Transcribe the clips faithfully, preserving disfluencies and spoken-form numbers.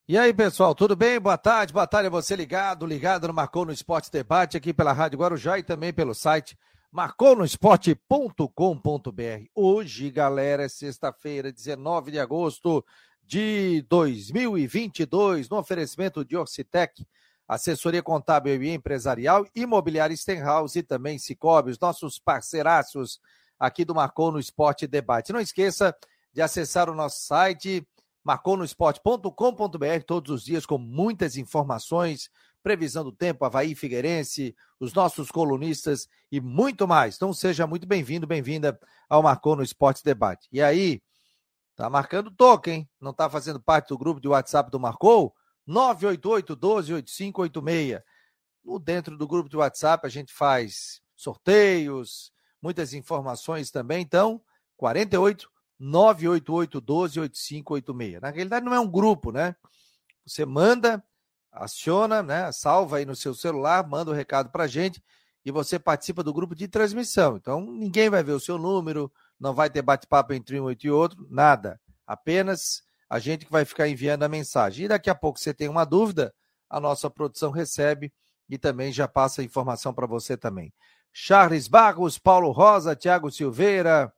E aí, pessoal, tudo bem? Boa tarde, boa tarde a você ligado, ligado no Marcou no Esporte Debate, aqui pela Rádio Guarujá e também pelo site marcou no esporte ponto com ponto br. Hoje, galera, é sexta-feira, dezenove de agosto de dois mil e vinte e dois, no oferecimento de Orcitec, assessoria contábil e empresarial, imobiliária Stenhouse e também Cicobi, os nossos parceiraços aqui do Marcou no Esporte Debate. Não esqueça de acessar o nosso site marcou no esporte ponto com ponto br, todos os dias com muitas informações, previsão do tempo, Avaí, Figueirense, os nossos colunistas e muito mais. Então seja muito bem-vindo, bem-vinda ao Marcou no Esporte Debate. E aí, tá marcando toque, hein? Não tá fazendo parte do grupo de WhatsApp do Marcou? nove oito oito, um dois, oito cinco oito seis. No dentro do grupo de WhatsApp a gente faz sorteios, muitas informações também, então quarenta e oito, nove oito oito, um dois, oito cinco oito seis. Na realidade não é um grupo, né? Você manda, aciona, né? Salva aí no seu celular, manda o um recado pra gente e você participa do grupo de transmissão. Então ninguém vai ver o seu número, não vai ter bate-papo entre um e outro, nada. Apenas a gente que vai ficar enviando a mensagem. E daqui a pouco você tem uma dúvida, a nossa produção recebe e também já passa a informação para você também. Charles Barros, Paulo Rosa, Thiago Silveira,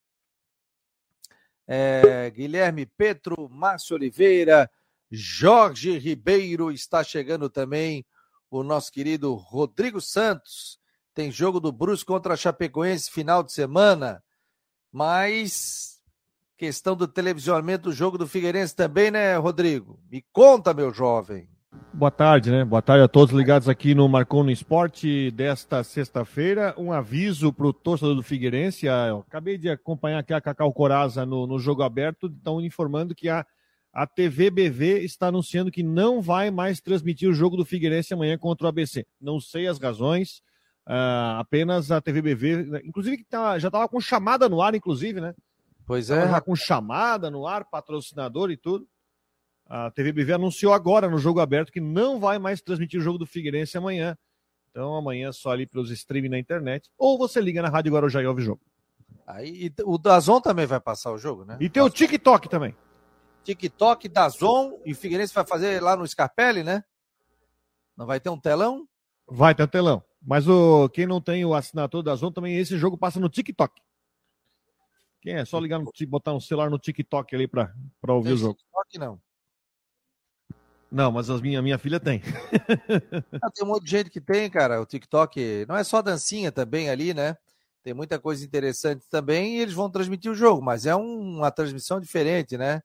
É, Guilherme Petro, Márcio Oliveira, Jorge Ribeiro, está chegando também o nosso querido Rodrigo Santos. Tem jogo do Brusque contra a Chapecoense final de semana, mas questão do televisionamento do jogo do Figueirense também, né, Rodrigo? Me conta, meu jovem. Boa tarde, né? Boa tarde a todos ligados aqui no Marcou no Esporte desta sexta-feira. Um aviso para o torcedor do Figueirense. Eu acabei de acompanhar aqui a Cacau Corazza no, no Jogo Aberto. Estão informando que a, a T V B V está anunciando que não vai mais transmitir o jogo do Figueirense amanhã contra o A B C. Não sei as razões, uh, apenas a T V B V, inclusive que tá, já estava com chamada no ar, inclusive, né? Pois é. Tava já com chamada no ar, patrocinador e tudo. A T V B V anunciou agora no Jogo Aberto que não vai mais transmitir o jogo do Figueirense amanhã. Então amanhã é só ali pelos streaming na internet. Ou você liga na Rádio Guarujá e ouve o jogo. Aí, o DAZN também vai passar o jogo, né? E tem o TikTok também. TikTok, DAZN, e o Figueirense vai fazer lá no Scarpelli, né? Não vai ter um telão? Vai ter um telão. Mas o, quem não tem o assinatura da DAZN também, esse jogo passa no TikTok. Quem é? Só ligar no, botar um celular no TikTok ali para ouvir tem o jogo. TikTok não. Não, mas a minha, minha filha tem. Ah, tem um monte de gente que tem, cara, o TikTok. Não é só dancinha também ali, né? Tem muita coisa interessante também e eles vão transmitir o jogo, mas é um, uma transmissão diferente, né?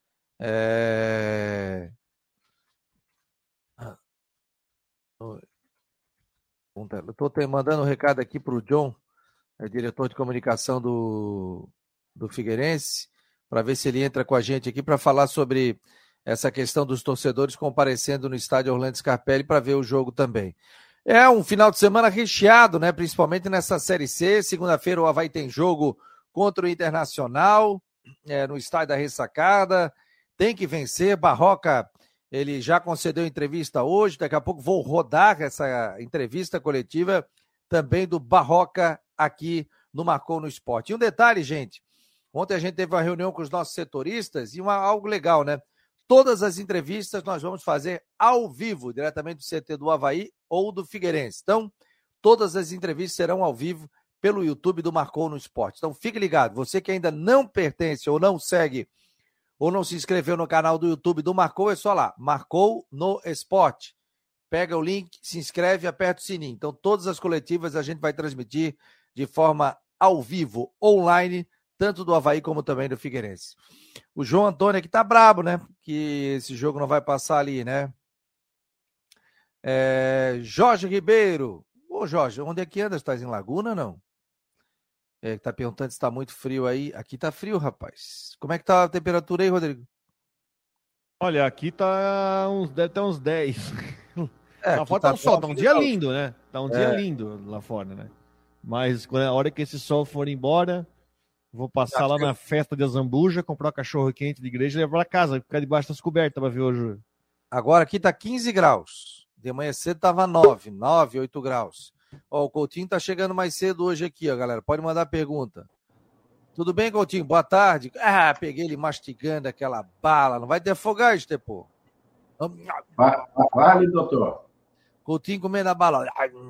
É... Estou mandando um recado aqui para o John, é diretor de comunicação do, do Figueirense, para ver se ele entra com a gente aqui para falar sobre essa questão dos torcedores comparecendo no estádio Orlando Scarpelli para ver o jogo também. É um final de semana recheado, né? Principalmente nessa Série C. Segunda-feira o Avaí tem jogo contra o Internacional, é, no estádio da Ressacada. Tem que vencer. Barroca, ele já concedeu entrevista hoje. Daqui a pouco vou rodar essa entrevista coletiva também do Barroca aqui no Marcou no Esporte. E um detalhe, gente. Ontem a gente teve uma reunião com os nossos setoristas e uma, algo legal, né? Todas as entrevistas nós vamos fazer ao vivo, diretamente do C T do Avaí ou do Figueirense. Então, todas as entrevistas serão ao vivo pelo YouTube do Marcou no Esporte. Então, fique ligado. Você que ainda não pertence ou não segue ou não se inscreveu no canal do YouTube do Marcou, é só lá, Marcou no Esporte. Pega o link, se inscreve e aperta o sininho. Então, todas as coletivas a gente vai transmitir de forma ao vivo, online, tanto do Avaí como também do Figueirense. O João Antônio aqui tá brabo, né? Que esse jogo não vai passar ali, né? É... Jorge Ribeiro. Ô, Jorge, onde é que anda? Estás em Laguna, não? É, tá perguntando se tá muito frio aí. Aqui tá frio, rapaz. Como é que tá a temperatura aí, Rodrigo? Olha, aqui tá uns, deve ter uns dez. É, lá fora tá tá um sol, tá um dia tá... lindo, né? Tá um é. dia lindo lá fora, né? Mas quando a hora que esse sol for embora... Vou passar lá na festa de Azambuja, comprar um cachorro quente de igreja e levar para casa, ficar debaixo das cobertas para ver hoje. Agora aqui tá quinze graus. De manhã cedo tava nove, nove, oito graus. Ó, o Coutinho tá chegando mais cedo hoje aqui, ó, galera. Pode mandar pergunta. Tudo bem, Coutinho? Boa tarde. Ah, peguei ele mastigando aquela bala. Não vai ter afogar, Estepô? Vale, doutor. Coutinho comendo a bala.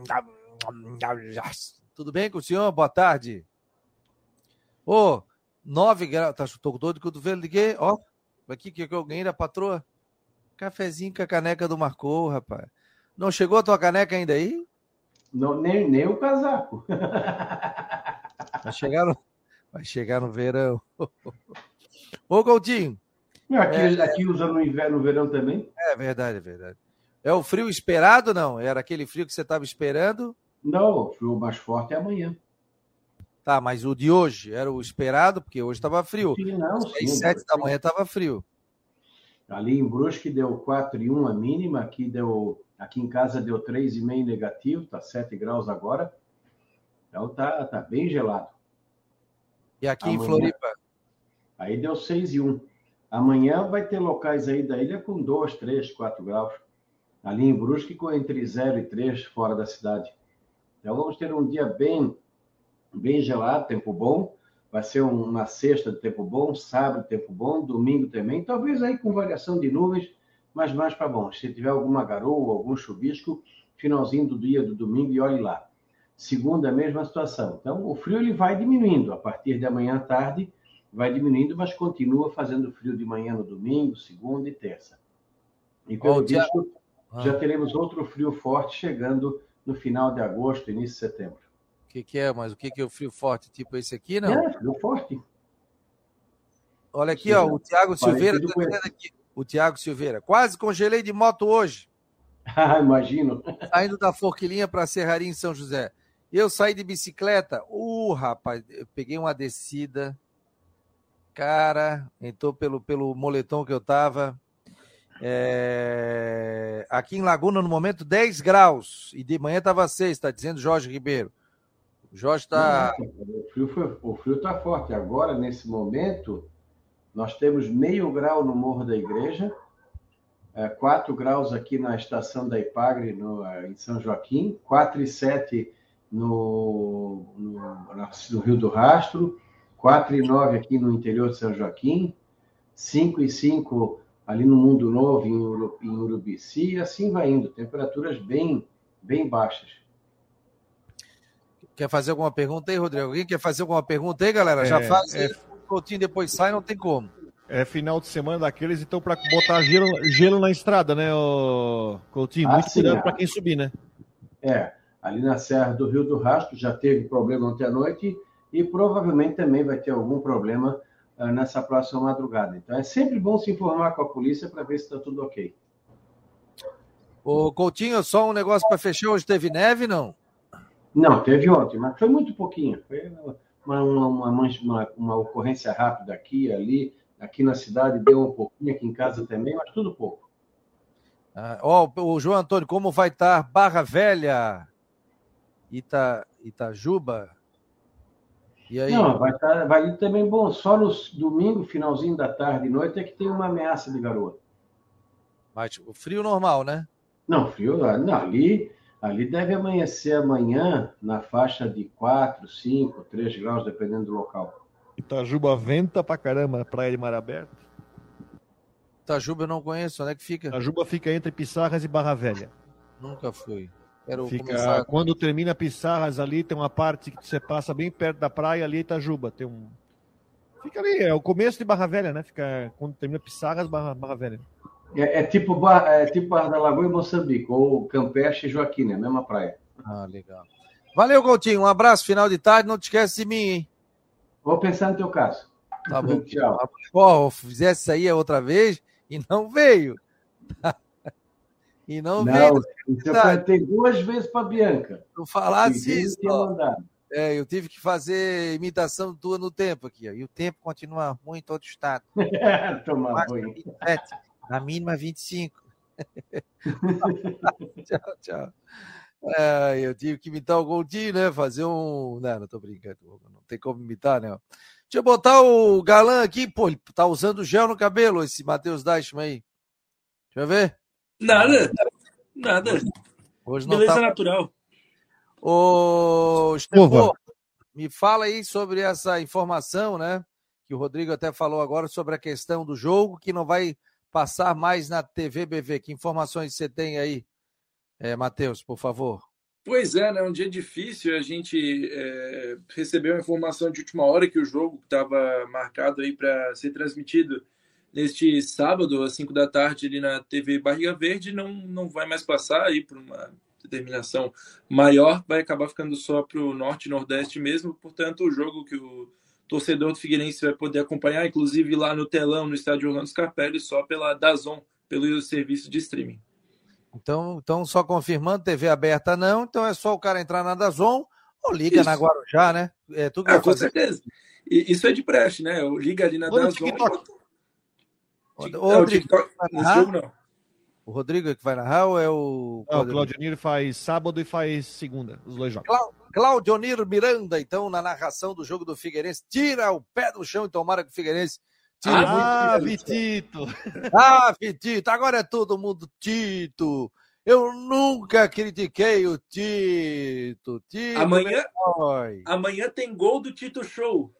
Tudo bem com o senhor? Boa tarde. Ô, oh, nove graus. Tá, tô doido com o cotovelo de quê? Ó, aqui que eu ganhei da patroa. Cafezinho com a caneca do Marcou, rapaz. Não chegou a tua caneca ainda aí? Não, nem, nem o casaco. Vai chegar no, vai chegar no verão. Ô, Coutinho. Aqui, é, aqui usa no inverno, no verão também. É verdade, é verdade. É o frio esperado, não? Era aquele frio que você estava esperando? Não, o frio mais forte é amanhã. Tá, mas o de hoje era o esperado, porque hoje estava frio. Sim, não, sim. Às sete da manhã estava frio. Ali em Brusque deu quatro e um a mínima, aqui, deu, aqui em casa deu três e meio negativo, tá sete graus agora. Então tá, tá bem gelado. E aqui amanhã, em Floripa? Aí deu seis e um. Amanhã vai ter locais aí da ilha com dois, três, quatro graus. Ali em Brusque com entre zero e três fora da cidade. Então vamos ter um dia bem, bem gelado, tempo bom. Vai ser uma sexta de tempo bom, sábado de tempo bom, domingo também. Talvez aí com variação de nuvens, mas mais para bom. Se tiver alguma garoa, algum chuvisco, finalzinho do dia do domingo e olhe lá. Segunda, a mesma situação. Então o frio ele vai diminuindo. A partir de amanhã à tarde, vai diminuindo, mas continua fazendo frio de manhã no domingo, segunda e terça. E pelo oh, visto, ah. já teremos outro frio forte chegando no final de agosto, início de setembro. O que, que é? Mas o que, que é o frio forte? Tipo esse aqui, não? É, frio forte. Olha aqui, Sim, ó, o Thiago Silveira tá dizendo aqui. O Thiago Silveira. Quase congelei de moto hoje. Ah, imagino. Saindo da Forquilinha para Serraria em São José. Eu saí de bicicleta. Uh, rapaz, eu peguei uma descida. Cara, entrou pelo, pelo moletom que eu tava. É... Aqui em Laguna, no momento, dez graus. E de manhã tava seis, tá dizendo Jorge Ribeiro. O Jorge tá... O frio, foi, o frio tá forte. Agora, nesse momento, nós temos meio grau no Morro da Igreja, é, quatro graus aqui na estação da Ipagre, no, em São Joaquim, quatro e sete no, no, no Rio do Rastro, quatro e nove aqui no interior de São Joaquim, cinco e cinco ali no Mundo Novo, em, Uru, em Urubici, e assim vai indo. Temperaturas bem, bem baixas. Quer fazer alguma pergunta aí, Rodrigo? Alguém quer fazer alguma pergunta aí, galera? É, Já faz. É... O Coutinho depois sai, não tem como. É final de semana daqueles, então, para botar gelo, gelo na estrada, né, ô... Coutinho? Muito assim, cuidado para quem subir, né? É, ali na Serra do Rio do Rastro já teve problema ontem à noite e provavelmente também vai ter algum problema uh, nessa próxima madrugada. Então é sempre bom se informar com a polícia para ver se está tudo ok. Ô, Coutinho, só um negócio para fechar. Hoje teve neve, não? Não, teve ontem, mas foi muito pouquinho. Foi uma, uma, uma, uma, uma ocorrência rápida aqui e ali. Aqui na cidade deu um pouquinho, aqui em casa também, mas tudo pouco. Ah, ó, o João Antônio, como vai estar Barra Velha, Ita, Itajuba? E aí? Não, vai estar vai ir também bom. Só no domingo, finalzinho da tarde e noite, é que tem uma ameaça de garoa. Mas o frio normal, né? Não, frio, não, ali... Ali deve amanhecer amanhã na faixa de quatro, cinco, três graus, dependendo do local. Itajuba venta pra caramba, praia de mar aberto. Itajuba eu não conheço, onde é que fica? Itajuba fica entre Pissarras e Barra Velha. Nunca fui. Quero fica, começar... Quando termina Pissarras ali, tem uma parte que você passa bem perto da praia, ali é Itajuba. Tem um... Fica ali, é o começo de Barra Velha, né? Fica quando termina Pissarras, Barra, Barra Velha. É, é, tipo Bar, é tipo Barra da Lagoa e Moçambique, ou Campeche e Joaquim, né? Mesma praia. Ah, legal. Valeu, Coutinho. Um abraço, final de tarde. Não te esquece de mim, hein? Vou pensar no teu caso. Tá bom. Tchau. Ó, fizesse isso aí outra vez e não veio. e não, não veio. Você plantei duas vezes para Bianca. Não falasse isso. Mandado. É, eu tive que fazer imitação tua no tempo aqui, ó. E o tempo continua ruim em todo o estado. Tomar banho. vinte e sete, na mínima vinte e cinco. Tchau, tchau. É, eu tive que imitar o Coutinho, né? Fazer um. Não, não tô brincando. Não tem como imitar, né? Deixa eu botar o galã aqui. Pô, ele tá usando gel no cabelo, esse Matheus Deichmann aí. Deixa eu ver. Nada. Nada. Hoje não Beleza tá... natural. Ô, Estevô, me fala aí sobre essa informação, né? Que o Rodrigo até falou agora sobre a questão do jogo, que não vai passar mais na T V B V. Que informações você tem aí, é, Matheus, por favor? Pois é, né? Um dia difícil. A gente é, recebeu a informação de última hora que o jogo estava marcado aí para ser transmitido neste sábado, às cinco da tarde, ali na T V Barriga Verde, não, não vai mais passar aí por uma determinação maior, vai acabar ficando só para o Norte e Nordeste mesmo. Portanto, o jogo que o torcedor do Figueirense vai poder acompanhar, inclusive lá no telão, no estádio Orlando Scarpelli, só pela DAZN, pelo serviço de streaming. Então, então, só confirmando, T V aberta não, então é só o cara entrar na DAZN ou liga Isso. na Guarujá, né? É tudo que Ah, vai com fazer. certeza. E, isso é de praxe, né? Eu ligo ali na Ou no DAZN. TikTok. Ô, Não, Rodrigo, TikTok, nesse jogo não. O Rodrigo é que vai narrar ou é o... Não, o Claudionir faz sábado e faz segunda, os dois jogos. Clau... Claudionir Miranda, então, na narração do jogo do Figueirense, tira o pé do chão e tomara que o Figueirense tire Ah, muito. Vitito! Ah, Vitito, agora é todo mundo Tito. Eu nunca critiquei o Tito. Tito Amanhã, Oi. amanhã tem gol do Tito Show.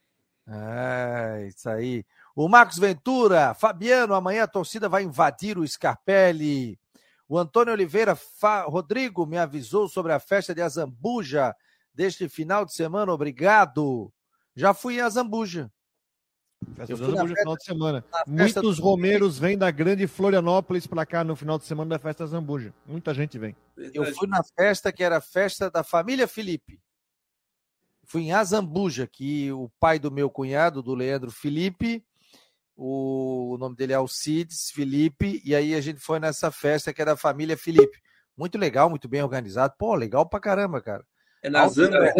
É, isso aí. O Marcos Ventura, Fabiano, amanhã a torcida vai invadir o Scarpelli. O Antônio Oliveira, Fa... Rodrigo me avisou sobre a festa de Azambuja deste final de semana, obrigado. Já fui em Azambuja. Festa Eu de fui na Azambuja no festa- final de semana. na festa Muitos do- romeiros vêm da grande Florianópolis pra cá no final de semana da festa Zambuja. Muita gente vem. Eu fui na festa que era a festa da família Felipe. Fui em Azambuja, que o pai do meu cunhado, do Leandro Felipe, o, o nome dele é Alcides Felipe, e aí a gente foi nessa festa que é da família Felipe. Muito legal, muito bem organizado. Pô, legal pra caramba, cara. É na Zambra.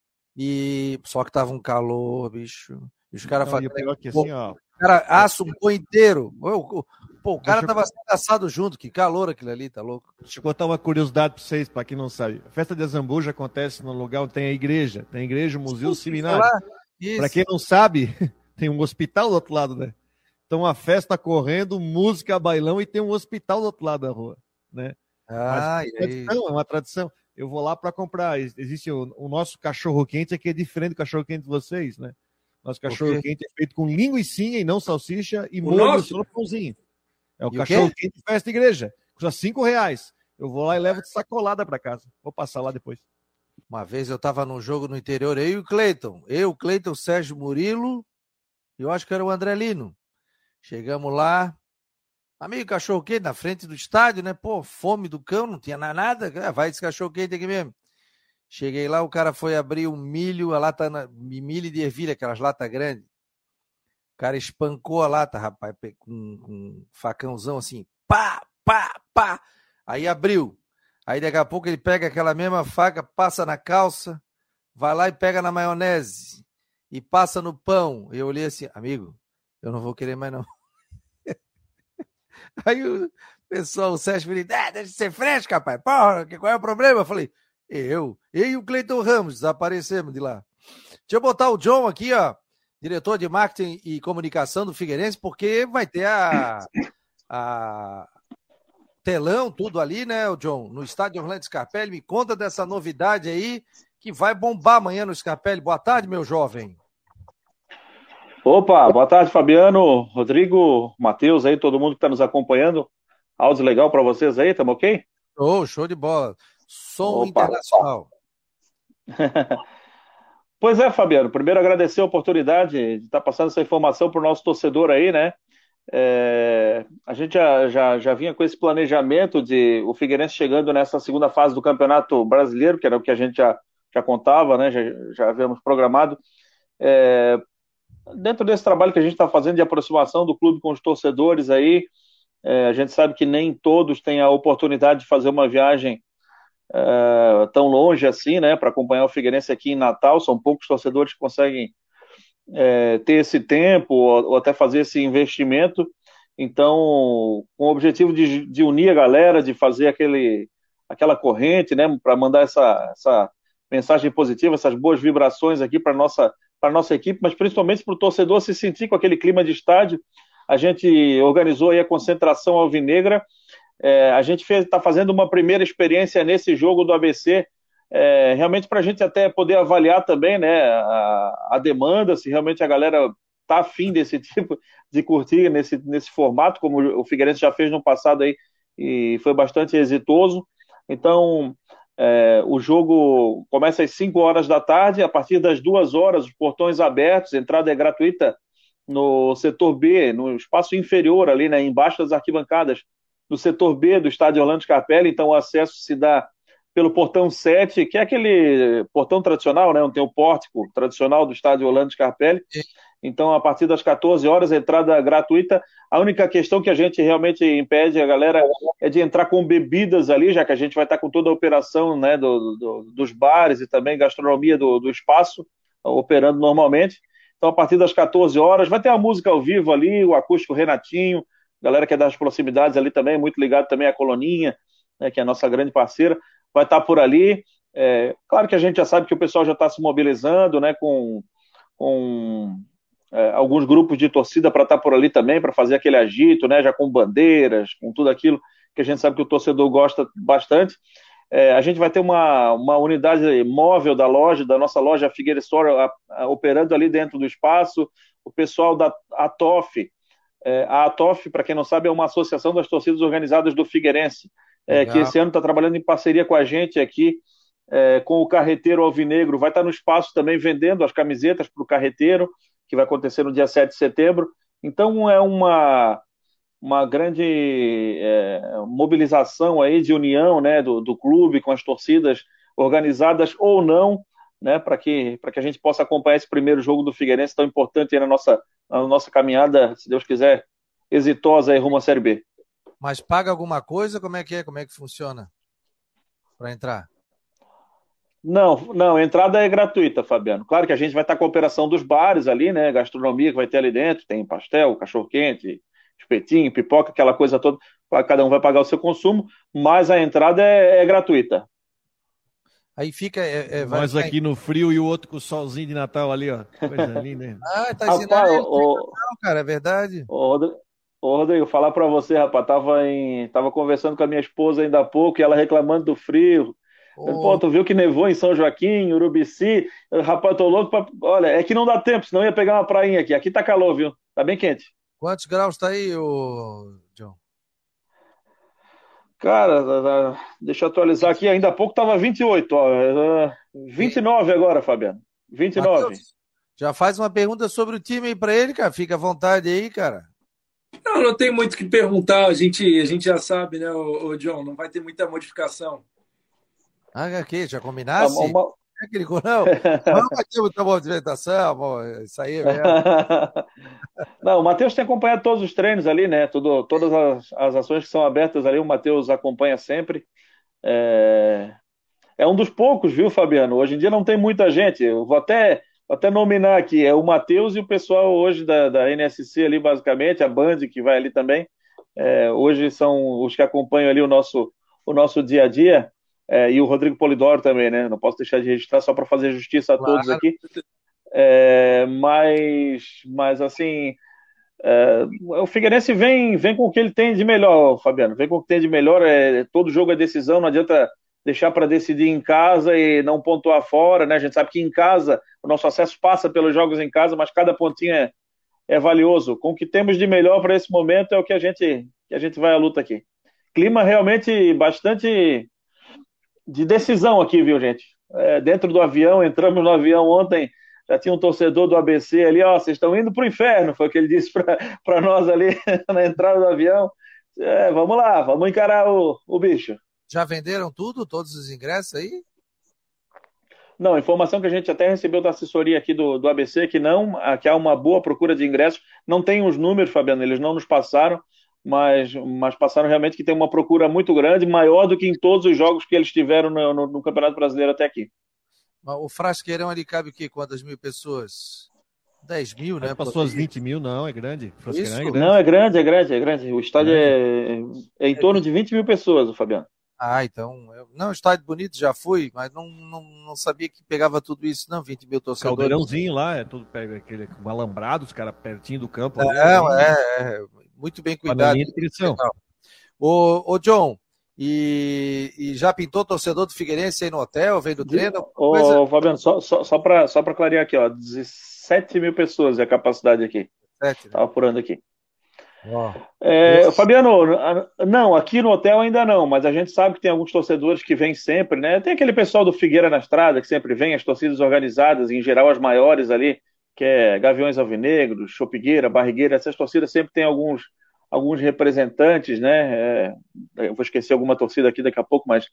E só que tava um calor, bicho. E os caras Não, e o fazendo. pior que assim, ó, O cara assa um boi inteiro. O- o- Pô, o cara Deixa eu- tava sendo assado junto. Que calor aquilo ali, tá louco? deixa eu contar uma curiosidade pra vocês, pra quem não sabe. A festa de Azambuja acontece no lugar onde tem a igreja. Tem a igreja, o museu, o seminário. Sei lá. Isso. Pra quem não sabe, tem um hospital do outro lado, né? Então a festa correndo, música, bailão e tem um hospital do outro lado da rua, né? Ah, Mas e é aí? tradição, é uma tradição. Eu vou lá para comprar. Existe o, o nosso cachorro quente aqui é diferente do cachorro quente de vocês, né? Nosso cachorro quente é feito com linguicinha e não salsicha e O molho nosso? só no pãozinho. É o E o cachorro quê? quente de festa de igreja. Custa cinco reais. Eu vou lá e levo de sacolada para casa. Vou passar lá depois. Uma vez eu tava num jogo no interior, eu e o Cleiton. Eu, o Cleiton, o Sérgio Murilo, e eu acho que era o André Lino. Chegamos lá, amigo, cachorro quente na frente do estádio, né? Pô, fome do cão, não tinha nada. Ah, vai esse cachorro quente aqui mesmo. Cheguei lá, o cara foi abrir um milho, a lata, na- milho de ervilha, aquelas latas grandes. O cara espancou a lata, rapaz, pe- com, com um facãozão assim, pá, pá, pá. Aí abriu. Aí daqui a pouco ele pega aquela mesma faca, passa na calça, vai lá e pega na maionese e passa no pão. Eu olhei assim, amigo, eu não vou querer mais não. Aí o pessoal, o Sérgio falou, ah, deixa de ser fresco, rapaz. Porra, que- qual é o problema? Eu falei, eu, eu e o Cleiton Ramos desaparecemos de lá. Deixa eu botar o John aqui, ó, diretor de marketing e comunicação do Figueirense, porque vai ter a, a telão, tudo ali, né, o John, no estádio Orlando Scarpelli. Me conta dessa novidade aí que vai bombar amanhã no Scarpelli. Boa tarde, meu jovem. Opa, boa tarde, Fabiano, Rodrigo, Matheus aí, todo mundo que está nos acompanhando. Áudio legal para vocês aí, tamo ok? Oh, show de bola. Som Opa. internacional. Pois é, Fabiano, primeiro agradecer a oportunidade de estar passando essa informação para o nosso torcedor aí, né? É, a gente já, já, já vinha com esse planejamento de o Figueirense chegando nessa segunda fase do Campeonato Brasileiro, que era o que a gente já, já contava, né? Já, já havíamos programado. É, dentro desse trabalho que a gente está fazendo de aproximação do clube com os torcedores aí, é, a gente sabe que nem todos têm a oportunidade de fazer uma viagem é, tão longe assim, né, para acompanhar o Figueirense aqui em Natal. São poucos torcedores que conseguem é, ter esse tempo ou, ou até fazer esse investimento. Então, com o objetivo de, de unir a galera, de fazer aquele, aquela corrente, né, para mandar essa, essa mensagem positiva, essas boas vibrações aqui para nossa para a nossa equipe, mas principalmente para o torcedor se sentir com aquele clima de estádio. A gente organizou aí a concentração alvinegra, é, a gente está fazendo uma primeira experiência nesse jogo do A B C, é, realmente para a gente até poder avaliar também, né, a, a demanda, se realmente a galera tá afim desse tipo de curtir, nesse, nesse formato, como o Figueirense já fez no passado aí, e foi bastante exitoso. Então, é, o jogo começa às cinco horas da tarde, a partir das duas horas, os portões abertos, a entrada é gratuita no setor B, no espaço inferior ali, né, embaixo das arquibancadas, no setor B do estádio Orlando Scarpelli. Então o acesso se dá pelo portão sete, que é aquele portão tradicional, né, onde tem o pórtico tradicional do estádio Orlando Scarpelli. Então, a partir das quatorze horas, a entrada gratuita. A única questão que a gente realmente impede a galera é de entrar com bebidas ali, já que a gente vai estar com toda a operação, né, do, do, dos bares e também gastronomia do, do espaço operando normalmente. Então, a partir das quatorze horas, vai ter a música ao vivo ali, o acústico Renatinho, galera que é das proximidades ali também, muito ligado também à Coloninha, né, que é a nossa grande parceira, vai estar por ali. É, claro que a gente já sabe que o pessoal já está se mobilizando, né, com... com É, alguns grupos de torcida para estar por ali também, para fazer aquele agito, né, já com bandeiras, com tudo aquilo que a gente sabe que o torcedor gosta bastante. É, a gente vai ter uma, uma unidade móvel da loja, da nossa loja Figueira Store, a, a, operando ali dentro do espaço. O pessoal da ATOF, é, a ATOF, para quem não sabe, é uma associação das torcidas organizadas do Figueirense, é, que esse ano está trabalhando em parceria com a gente aqui, é, com o Carreteiro Alvinegro. Vai estar no espaço também vendendo as camisetas para o Carreteiro, que vai acontecer no dia sete de setembro. Então é uma, uma grande é, mobilização aí de união, né, do, do clube com as torcidas organizadas ou não, né, para que, para que a gente possa acompanhar esse primeiro jogo do Figueirense, tão importante aí na nossa, na nossa caminhada, se Deus quiser, exitosa aí rumo à Série B. Mas paga alguma coisa? Como é que é? Como é que funciona para entrar? Não, não, a entrada é gratuita, Fabiano. Claro que a gente vai estar com a operação dos bares ali, né? Gastronomia que vai ter ali dentro, tem pastel, cachorro-quente, espetinho, pipoca, aquela coisa toda. Cada um vai pagar o seu consumo, mas a entrada é, é gratuita. Aí fica. É, é, vai Nós aqui no frio e o outro com o solzinho de Natal ali, ó. Coisa linda, hein? Ah, tá ensinando rapaz, aí, o, Natal, cara, é verdade. Ô, Rodrigo, ô, Rodrigo, falar pra você, rapaz, tava, em, tava conversando com a minha esposa ainda há pouco e ela reclamando do frio. Oh. Pô, tu viu que nevou em São Joaquim, Urubici? Rapaz, tô louco pra... Olha, é que não dá tempo, senão ia pegar uma prainha aqui. Aqui tá calor, viu? Tá bem quente. Quantos graus tá aí, ô... John? Cara, deixa eu atualizar aqui. Ainda há pouco tava vinte e oito, ó. vinte e nove agora, Fabiano. vinte e nove. Mateus, já faz uma pergunta sobre o time aí pra ele, cara. Fica à vontade aí, cara. Não, não tem muito o que perguntar. A gente, a gente já sabe, né, ô, ô John? Não vai ter muita modificação. Ah, aqui, já combinasse? Tá, uma... É que ele não, não vai ter muita movimentação, bom, isso aí é mesmo. Não, o Matheus tem acompanhado todos os treinos ali, né? Tudo, todas as, as ações que são abertas ali, o Matheus acompanha sempre. É... é um dos poucos, viu, Fabiano? Hoje em dia não tem muita gente. Eu vou até, vou até nominar aqui, é o Matheus e o pessoal hoje da, da N S C ali, basicamente, a Band que vai ali também. É, hoje são os que acompanham ali o nosso, o nosso dia a dia. É, e o Rodrigo Polidoro também, né? Não posso deixar de registrar só para fazer justiça a claro. Todos aqui. É, mas, mas, assim, é, o Figueirense vem, vem com o que ele tem de melhor, Fabiano. Vem com o que tem de melhor. É, todo jogo é decisão, não adianta deixar para decidir em casa e não pontuar fora, né? A gente sabe que em casa o nosso acesso passa pelos jogos em casa, mas cada pontinho é, é valioso. Com o que temos de melhor para esse momento é o que a gente, que a gente vai à luta aqui. Clima realmente bastante... de decisão aqui, viu, gente? É, dentro do avião, entramos no avião ontem, já tinha um torcedor do A B C ali, ó, vocês estão indo pro inferno, foi o que ele disse para nós ali na entrada do avião. É, vamos lá, vamos encarar o, o bicho. Já venderam tudo, todos os ingressos aí? Não, informação que a gente até recebeu da assessoria aqui do, do A B C, que não, que há uma boa procura de ingressos, não tem os números, Fabiano, eles não nos passaram, Mas, mas passaram realmente que tem uma procura muito grande, maior do que em todos os jogos que eles tiveram no, no, no Campeonato Brasileiro até aqui. O Frasqueirão ali cabe o quê? Quantas mil pessoas? dez mil, né? Passou as vinte mil, não, é grande. Isso? É grande. Não, é grande, é grande, é grande. O estádio é, é em torno de vinte mil pessoas, Fabiano. Ah, então... Eu... Não, estádio bonito, já fui, mas não, não, não sabia que pegava tudo isso, não, vinte mil torcedores. Caldeirãozinho lá, é tudo aquele alambrado, os caras pertinho do campo. É, ali, é, é, muito bem cuidado. Ô, ô, John, e, e já pintou torcedor do Figueirense aí no hotel, veio do treino? Ô, coisa... Fabiano, só, só, só para só clarear aqui, ó, dezessete mil pessoas é a capacidade aqui. Sete, né? Estava apurando aqui. Ó, É, esse- Fabiano, a- não, aqui no hotel ainda não, mas a gente sabe que tem alguns torcedores que vêm sempre, né? Tem aquele pessoal do Figueira na Estrada que sempre vem, as torcidas organizadas, em geral as maiores ali, que é Gaviões Alvinegros, Chopigueira, Barrigueira, essas torcidas sempre tem alguns, alguns representantes, né? É, eu vou esquecer alguma torcida aqui daqui a pouco, mas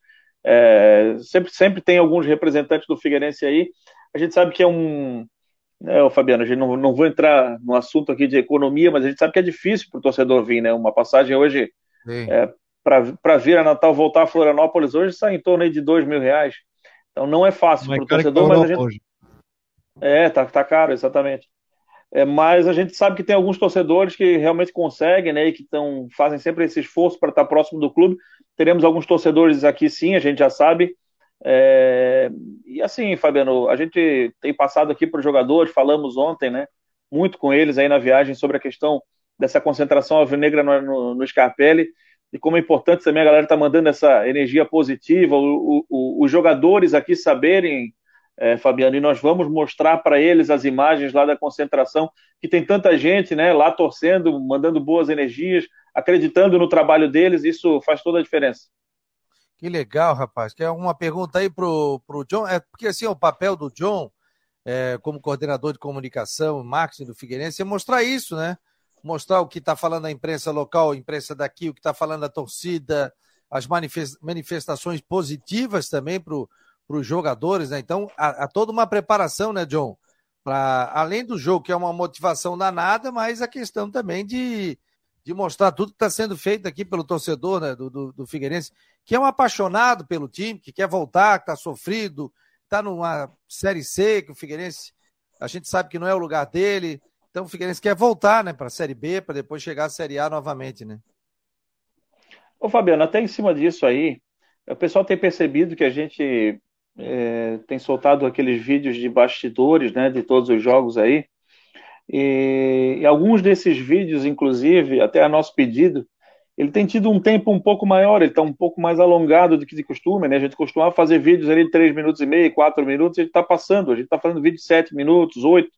é, sempre, sempre tem alguns representantes do Figueirense aí. A gente sabe que é um. É, ô, Fabiano, a gente não, não vou entrar no assunto aqui de economia, mas a gente sabe que é difícil para o torcedor vir, né? Uma passagem hoje, sim. é, para vir a Natal, voltar a Florianópolis, hoje sai em torno aí de dois mil reais. Então não é fácil Mais para o caro que torcedor, mas a Europa gente. hoje. É, tá, tá caro, exatamente. É, mas a gente sabe que tem alguns torcedores que realmente conseguem, né? E que tão, fazem sempre esse esforço para estar próximo do clube. Teremos alguns torcedores aqui, sim, a gente já sabe. É, e assim, Fabiano, a gente tem passado aqui para os jogadores, falamos ontem, né, muito com eles aí na viagem sobre a questão dessa concentração alvinegra no, no, no Scarpelli e como é importante também a galera estar tá mandando essa energia positiva, o, o, os jogadores aqui saberem, é, Fabiano, e nós vamos mostrar para eles as imagens lá da concentração, que tem tanta gente, né, lá torcendo, mandando boas energias, acreditando no trabalho deles, isso faz toda a diferença. Que legal, rapaz. Quer uma pergunta aí pro, pro John? É porque assim, o papel do John, é, como coordenador de comunicação e marketing do Figueirense, é mostrar isso, né? Mostrar o que está falando a imprensa local, a imprensa daqui, o que está falando a torcida, as manifestações positivas também para os jogadores, né? Então, há, há toda uma preparação, né, John? Pra, além do jogo, que é uma motivação danada, mas a questão também de, de mostrar tudo que está sendo feito aqui pelo torcedor, né, do, do, do Figueirense, que é um apaixonado pelo time, que quer voltar, que está sofrido, está numa Série C, que o Figueirense, a gente sabe que não é o lugar dele, então o Figueirense quer voltar, né, para a Série B, para depois chegar à Série A novamente, né? Ô Fabiano, até em cima disso aí, o pessoal tem percebido que a gente é, tem soltado aqueles vídeos de bastidores, né, de todos os jogos aí, e, e alguns desses vídeos, inclusive, até a nosso pedido, ele tem tido um tempo um pouco maior, ele está um pouco mais alongado do que de costume, né? A gente costumava fazer vídeos ali de três minutos e meio, quatro minutos, e a gente está passando, a gente está fazendo vídeo de sete minutos, oito.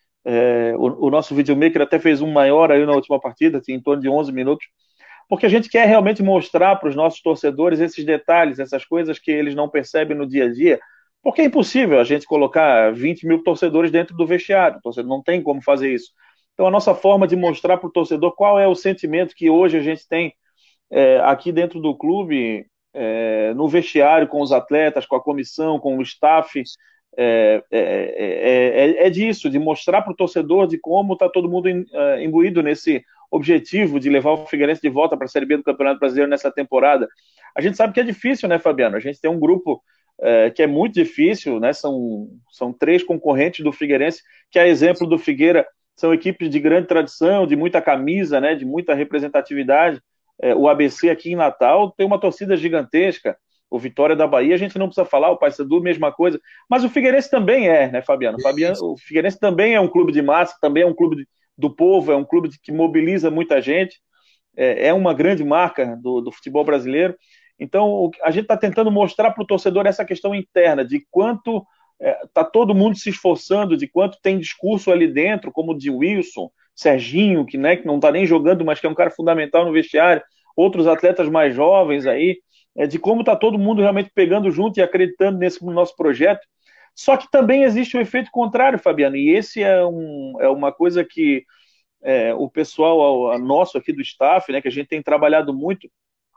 É, o, o nosso videomaker até fez um maior aí na última partida, assim, em torno de onze minutos, porque a gente quer realmente mostrar para os nossos torcedores esses detalhes, essas coisas que eles não percebem no dia a dia, porque é impossível a gente colocar vinte mil torcedores dentro do vestiário, o torcedor não tem como fazer isso. Então a nossa forma de mostrar para o torcedor qual é o sentimento que hoje a gente tem é, aqui dentro do clube, é, no vestiário, com os atletas, com a comissão, com o staff, é, é, é, é disso, de mostrar para o torcedor de como está todo mundo imbuído nesse objetivo de levar o Figueirense de volta para a Série B do Campeonato Brasileiro nessa temporada. A gente sabe que é difícil, né, Fabiano? A gente tem um grupo é, que é muito difícil, né? São, são três concorrentes do Figueirense, que é exemplo do Figueira, são equipes de grande tradição, de muita camisa, né, de muita representatividade. É, o A B C aqui em Natal tem uma torcida gigantesca, o Vitória da Bahia, a gente não precisa falar, o Paysandu, mesma coisa, mas o Figueirense também é, né, Fabiano? Fabiano, o Figueirense também é um clube de massa, também é um clube de, do povo, é um clube de, que mobiliza muita gente, é, é uma grande marca do, do futebol brasileiro. Então, a gente está tentando mostrar para o torcedor essa questão interna, de quanto está é, todo mundo se esforçando, de quanto tem discurso ali dentro, como o de Wilson, Serginho, que, né, que não está nem jogando, mas que é um cara fundamental no vestiário, outros atletas mais jovens aí, é, de como está todo mundo realmente pegando junto e acreditando nesse nosso projeto. Só que também existe o efeito contrário, Fabiano, e esse é, um, é uma coisa que é, o pessoal a, a nosso aqui do staff, né, que a gente tem trabalhado muito,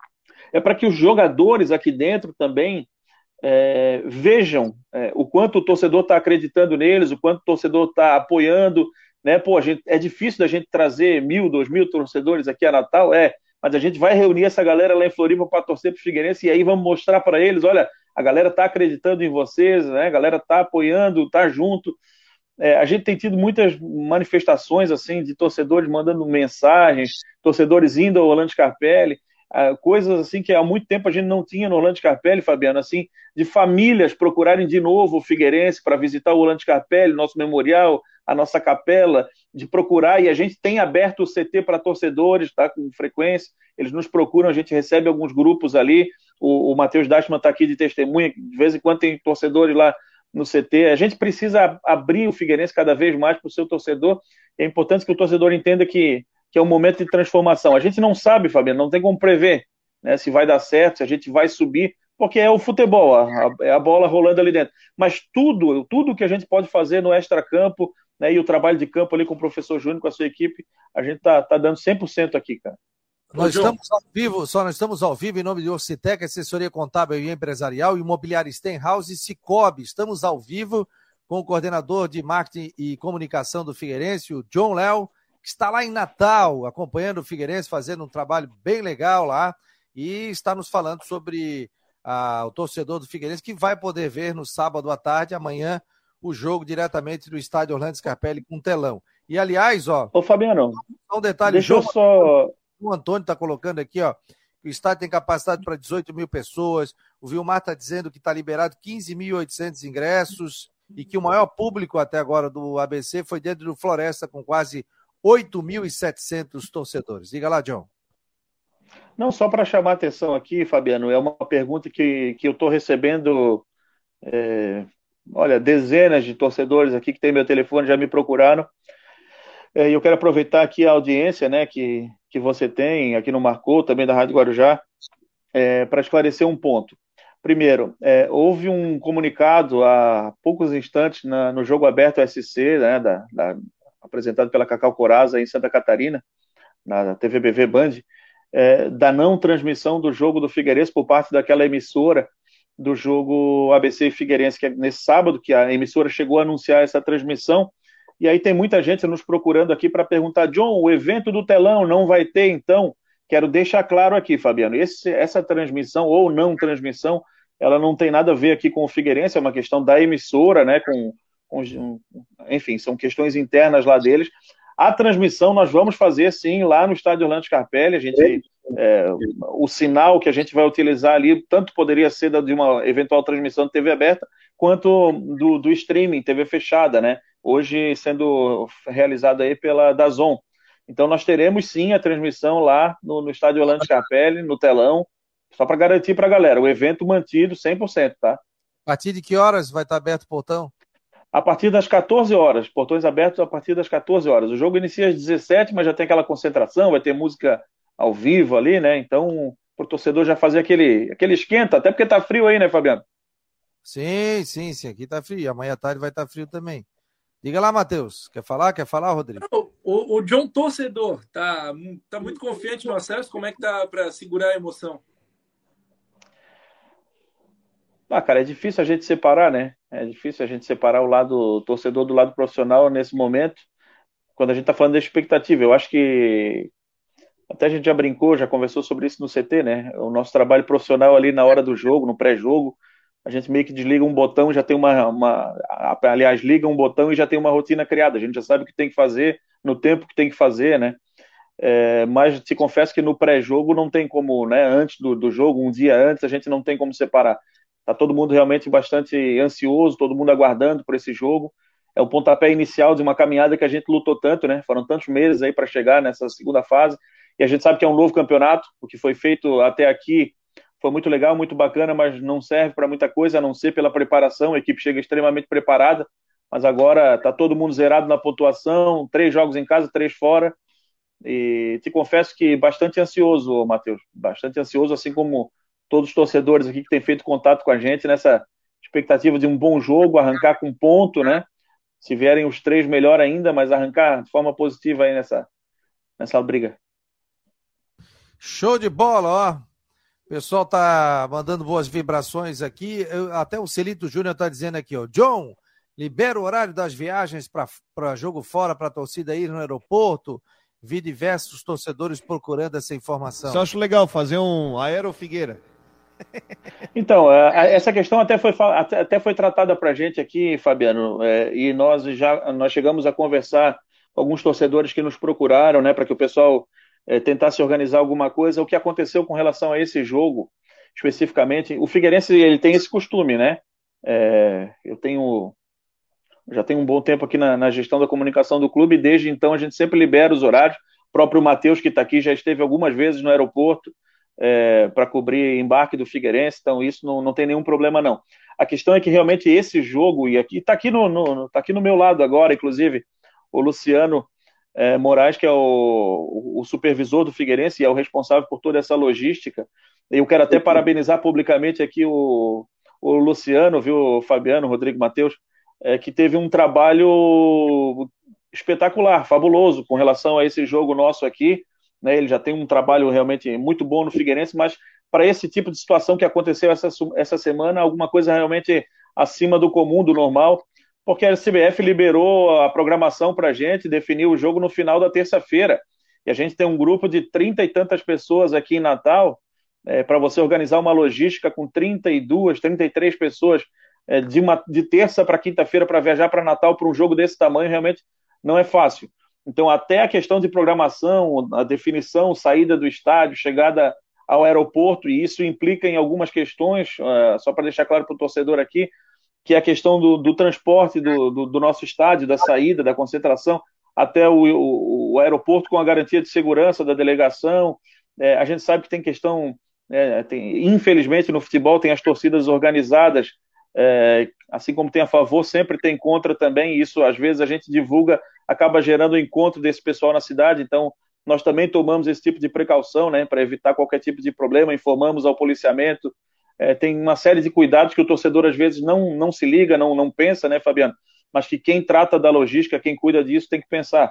é para que os jogadores aqui dentro também é, vejam é, o quanto o torcedor está acreditando neles, o quanto o torcedor está apoiando, né? Pô, a gente, é difícil da gente trazer mil, dois mil torcedores aqui a Natal, é, mas a gente vai reunir essa galera lá em Floripa para torcer para o Figueirense e aí vamos mostrar para eles, olha, a galera está acreditando em vocês, né? A galera está apoiando, está junto. É, a gente tem tido muitas manifestações assim de torcedores mandando mensagens, torcedores indo ao Orlando Scarpelli, Uh, coisas assim que há muito tempo a gente não tinha no Orlando Scarpelli, Fabiano, assim, de famílias procurarem de novo o Figueirense para visitar o Orlando Scarpelli, nosso memorial, a nossa capela, de procurar, e a gente tem aberto o C T para torcedores, tá, com frequência, eles nos procuram, a gente recebe alguns grupos ali, o, o Matheus Dashman está aqui de testemunha, de vez em quando tem torcedores lá no C T. A gente precisa abrir o Figueirense cada vez mais para o seu torcedor. É importante que o torcedor entenda que, que é um momento de transformação. A gente não sabe, Fabiano, não tem como prever, né, se vai dar certo, se a gente vai subir, porque é o futebol, a, a, a bola rolando ali dentro. Mas tudo, tudo que a gente pode fazer no extracampo, né, e o trabalho de campo ali com o professor Júnior, com a sua equipe, a gente tá, tá dando cem por cento aqui, cara. Nós estamos ao vivo, só nós estamos ao vivo em nome de Orcitec, assessoria contábil e empresarial, imobiliária Stenhouse e Cicobi. Estamos ao vivo com o coordenador de marketing e comunicação do Figueirense, o John Léo, que está lá em Natal, acompanhando o Figueirense, fazendo um trabalho bem legal lá, e está nos falando sobre ah, o torcedor do Figueirense, que vai poder ver no sábado à tarde, amanhã, o jogo diretamente do estádio Orlando Scarpelli com telão. E, aliás, ó... Ô, Fabiano, um detalhe, deixa eu só... O Antônio está colocando aqui, ó, que o estádio tem capacidade para dezoito mil pessoas. O Vilmar está dizendo que está liberado quinze mil e oitocentos ingressos e que o maior público até agora do A B C foi dentro do Floresta, com quase oito mil e setecentos torcedores. Diga lá, John. Não, só para chamar a atenção aqui, Fabiano, é uma pergunta que, que eu estou recebendo, é, olha, dezenas de torcedores aqui que tem meu telefone, já me procuraram. E eu quero aproveitar aqui a audiência, né, que, que você tem aqui no Marcou, também da Rádio Guarujá, é, para esclarecer um ponto. Primeiro, é, houve um comunicado há poucos instantes na, no Jogo Aberto S C, né, da, da, apresentado pela Cacau Corazza em Santa Catarina, na T V B V Band, é, da não transmissão do jogo do Figueirense por parte daquela emissora do jogo A B C e Figueirense, que é nesse sábado, que a emissora chegou a anunciar essa transmissão. E aí tem muita gente nos procurando aqui para perguntar, John, o evento do telão não vai ter, então? Quero deixar claro aqui, Fabiano, esse, essa transmissão ou não transmissão, ela não tem nada a ver aqui com o Figueirense, é uma questão da emissora, né? Com, com, enfim, são questões internas lá deles. A transmissão nós vamos fazer, sim, lá no estádio Orlando Scarpelli. A gente, é, o sinal que a gente vai utilizar ali, tanto poderia ser de uma eventual transmissão de T V aberta, quanto do, do streaming, T V fechada, né? Hoje sendo realizado aí pela DAZN. Então nós teremos sim a transmissão lá no, no estádio Orlando Scarpelli, no telão, só para garantir para a galera, o evento mantido cem por cento, tá? A partir de que horas vai estar aberto o portão? A partir das quatorze horas, portões abertos a partir das quatorze horas. O jogo inicia às dezessete, mas já tem aquela concentração, vai ter música ao vivo ali, né? Então, para o torcedor já fazer aquele, aquele esquenta, até porque tá frio aí, né, Fabiano? Sim, sim, sim, aqui tá frio. Amanhã à tarde vai estar frio também. Diga lá, Matheus. Quer falar? Quer falar, Rodrigo? Não, o, o John torcedor tá, tá muito confiante no acesso. Como é que tá para segurar a emoção? Ah, cara, é difícil a gente separar, né? É difícil a gente separar o lado torcedor do lado profissional nesse momento, quando a gente tá falando da expectativa. Eu acho que até a gente já brincou, já conversou sobre isso no C T, né? O nosso trabalho profissional ali na hora do jogo, no pré-jogo, a gente meio que desliga um botão, já tem uma, uma... Aliás, liga um botão e já tem uma rotina criada. A gente já sabe o que tem que fazer, no tempo que tem que fazer, né? É, mas te confesso que no pré-jogo não tem como, né? Antes do, do jogo, um dia antes, a gente não tem como separar. Tá todo mundo realmente bastante ansioso, todo mundo aguardando por esse jogo. É o pontapé inicial de uma caminhada que a gente lutou tanto, né? Foram tantos meses aí para chegar nessa segunda fase. E a gente sabe que é um novo campeonato, o que foi feito até aqui foi muito legal, muito bacana, mas não serve para muita coisa, a não ser pela preparação. A equipe chega extremamente preparada, mas agora está todo mundo zerado na pontuação, três jogos em casa, três fora. E te confesso que bastante ansioso, Matheus, bastante ansioso, assim como todos os torcedores aqui que têm feito contato com a gente nessa expectativa de um bom jogo, arrancar com ponto, né? Se vierem os três, melhor ainda, mas arrancar de forma positiva aí nessa, nessa briga. Show de bola, ó. O pessoal tá mandando boas vibrações aqui. Eu, até o Celito Júnior tá dizendo aqui, ó. John, libera o horário das viagens para jogo fora, para a torcida ir no aeroporto. Vi diversos torcedores procurando essa informação. Só acho legal fazer um Aero Figueira. Então, essa questão até foi, até foi tratada para a gente aqui, Fabiano, é, e nós já nós chegamos a conversar com alguns torcedores que nos procuraram, né, para que o pessoal é, tentasse organizar alguma coisa. O que aconteceu com relação a esse jogo, especificamente, o Figueirense ele tem esse costume, né? É, eu tenho já tenho um bom tempo aqui na, na gestão da comunicação do clube, e desde então a gente sempre libera os horários. O próprio Matheus, que está aqui, já esteve algumas vezes no aeroporto, É, para cobrir embarque do Figueirense, então isso não, não tem nenhum problema não. A questão é que realmente esse jogo, e aqui está aqui no, no, tá aqui no meu lado agora, inclusive, o Luciano é, Moraes, que é o, o supervisor do Figueirense e é o responsável por toda essa logística. Eu quero até parabenizar publicamente aqui o, o Luciano, viu, Fabiano, Rodrigo Matheus, é, que teve um trabalho espetacular, fabuloso, com relação a esse jogo nosso aqui, né? Ele já tem um trabalho realmente muito bom no Figueirense, mas para esse tipo de situação que aconteceu essa, essa semana, alguma coisa realmente acima do comum, do normal, porque a C B F liberou a programação para a gente, definiu o jogo no final da terça-feira, e a gente tem um grupo de trinta e tantas pessoas aqui em Natal, é, para você organizar uma logística com trinta e duas, trinta e três pessoas, é, de, uma, de terça para quinta-feira para viajar para Natal para um jogo desse tamanho, realmente não é fácil. Então, até a questão de programação, a definição, saída do estádio, chegada ao aeroporto, e isso implica em algumas questões, uh, só para deixar claro para o torcedor aqui, que é a questão do, do transporte do, do, do nosso estádio, da saída, da concentração, até o, o, o aeroporto com a garantia de segurança da delegação. É, a gente sabe que tem questão, é, tem, infelizmente no futebol tem as torcidas organizadas, é, assim como tem a favor, sempre tem contra também, e isso às vezes a gente divulga, acaba gerando o encontro desse pessoal na cidade, então nós também tomamos esse tipo de precaução, né, para evitar qualquer tipo de problema, informamos ao policiamento, é, tem uma série de cuidados que o torcedor às vezes não, não se liga, não, não pensa, né, Fabiano, mas que quem trata da logística, quem cuida disso tem que pensar.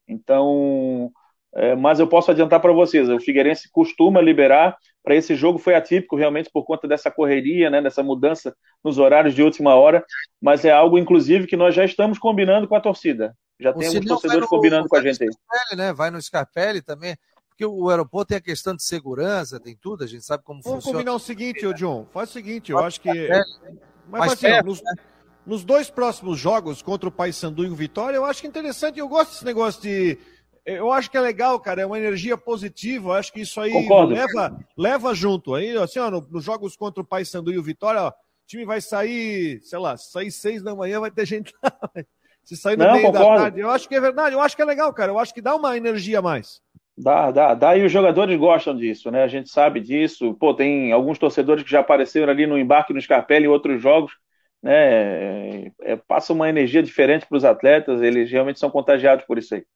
Então, é, mas eu posso adiantar para vocês, o Figueirense costuma liberar, para esse jogo foi atípico realmente por conta dessa correria, né, dessa mudança nos horários de última hora, mas é algo inclusive que nós já estamos combinando com a torcida, já o tem alguns torcedores no, combinando com a gente aí. Scarpelli, né? Vai no Scarpelli também, porque o aeroporto tem a questão de segurança, tem tudo, a gente sabe como Vamos funciona. Vamos combinar o seguinte, ô John, faz o seguinte, eu acho que... Mas, mas assim, perto, nos, né? nos dois próximos jogos, contra o Paysandu e o Vitória, eu acho que é interessante, eu gosto desse negócio de... Eu acho que é legal, cara, é uma energia positiva, eu acho que isso aí leva, leva junto. Aí, assim, ó, nos no jogos contra o Paysandu e o Vitória, ó, o time vai sair, sei lá, sair seis da manhã, vai ter gente lá. Se sair no Não, meio concordo. da tarde, eu acho que é verdade, eu acho que é legal, cara, eu acho que dá uma energia a mais. Dá, dá, dá, e os jogadores gostam disso, né? A gente sabe disso. Pô, tem alguns torcedores que já apareceram ali no embarque no Scarpelli em outros jogos, né? É, é, passa uma energia diferente para os atletas, eles realmente são contagiados por isso aí.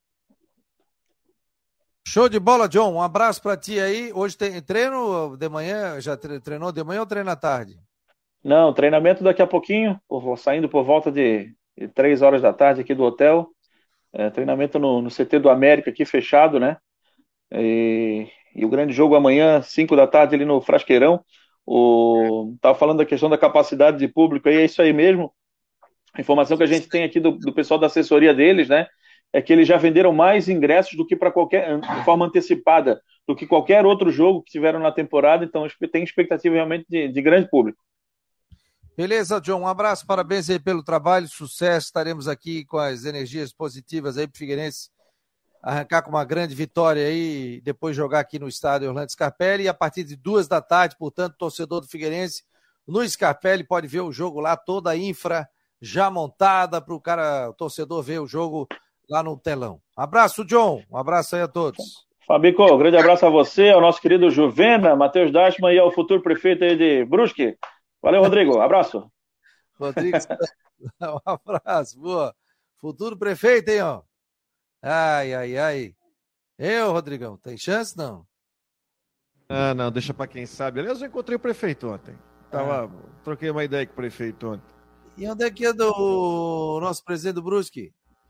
Show de bola, John. Um abraço para ti aí. Hoje tem treino de manhã? Já treinou de manhã ou treina à tarde? Não, treinamento daqui a pouquinho, saindo por volta de, de três horas da tarde aqui do hotel. É, treinamento no, no C T do América aqui fechado, né? E, e o grande jogo amanhã, cinco da tarde ali no Frasqueirão. O, tava falando da questão da capacidade de público aí, é isso aí mesmo. A informação que a gente tem aqui do, do pessoal da assessoria deles, né? É que eles já venderam mais ingressos do que para qualquer, de forma antecipada, do que qualquer outro jogo que tiveram na temporada, então tem expectativa realmente de, de grande público. Beleza, John, um abraço, parabéns aí pelo trabalho, sucesso, estaremos aqui com as energias positivas aí para o Figueirense arrancar com uma grande vitória aí, depois jogar aqui no estádio Orlando Scarpelli, e a partir de duas da tarde, portanto, torcedor do Figueirense, no Scarpelli pode ver o jogo lá, toda a infra já montada para o cara, o torcedor ver o jogo lá no telão. Abraço, John. Um abraço aí a todos. Fabico, um grande abraço a você, ao nosso querido Juvena, Matheus Dashman e ao futuro prefeito aí de Brusque. Valeu, Rodrigo. Abraço. Rodrigo, um abraço. Boa. Futuro prefeito, hein, ó. Ai, ai, ai. Eu, Rodrigão, tem chance, não? Ah, não, deixa pra quem sabe. Aliás, eu encontrei o prefeito ontem. Tava, ah. Troquei uma ideia com o prefeito ontem. E onde é que anda o nosso presidente do Brusque?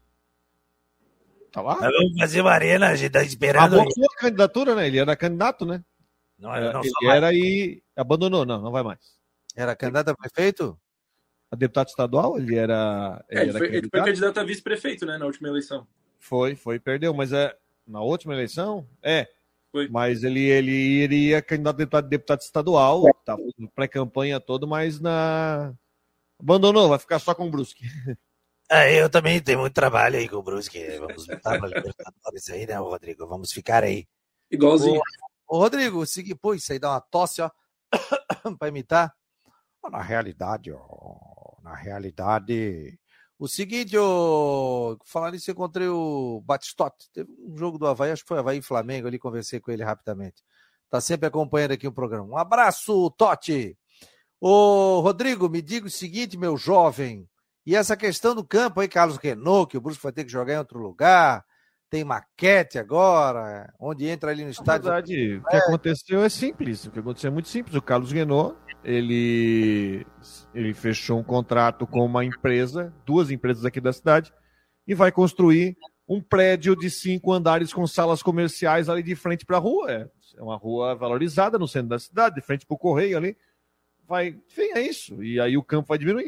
Tá lá? Nós vamos fazer uma arena, a gente tá esperando. Abandonou a candidatura, né? Ele era candidato, né? Não, eu não ele sou era mais. E abandonou, não, não vai mais. Era candidato a prefeito? A deputado estadual, ele era. Ele, é, ele, era foi, ele foi candidato a vice-prefeito, né, na última eleição. Foi, foi, perdeu, mas é na última eleição? É. Foi. Mas ele, ele iria candidato a deputado, deputado estadual, tá pré-campanha todo, mas na. Abandonou, vai ficar só com o Brusque. Ah, eu também tenho muito trabalho aí com o Brusque. Vamos lutar para Libertadores aí, né, Rodrigo? Vamos ficar aí. Igualzinho. Ô, ô Rodrigo, segui, pô, isso aí dá uma tosse, ó, para imitar. Na realidade, ó, na realidade, o seguinte, ó, falar nisso, eu encontrei o Batistotti, teve um jogo do Avaí, acho que foi Avaí e Flamengo, ali, conversei com ele rapidamente. Tá sempre acompanhando aqui o programa. Um abraço, Totti. Ô, Rodrigo, me diga o seguinte, meu jovem, e essa questão do campo aí, Carlos Renault, que o Brusque vai ter que jogar em outro lugar, tem maquete agora, onde entra ali no estádio. Na verdade, o que aconteceu é simples, o que aconteceu é muito simples. O Carlos Renault, ele, ele fechou um contrato com uma empresa, duas empresas aqui da cidade, e vai construir um prédio de cinco andares com salas comerciais ali de frente para a rua. É uma rua valorizada no centro da cidade, de frente para o Correio ali. Vai, enfim, é isso. E aí o campo vai diminuir.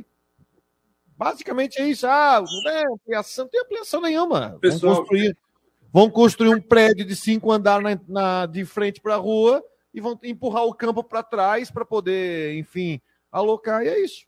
Basicamente é isso. Ah, não é ampliação, não tem ampliação nenhuma. Pessoal, vão, construir, vão construir um prédio de cinco andares na, na, de frente para a rua e vão empurrar o campo para trás para poder, enfim, alocar, e é isso.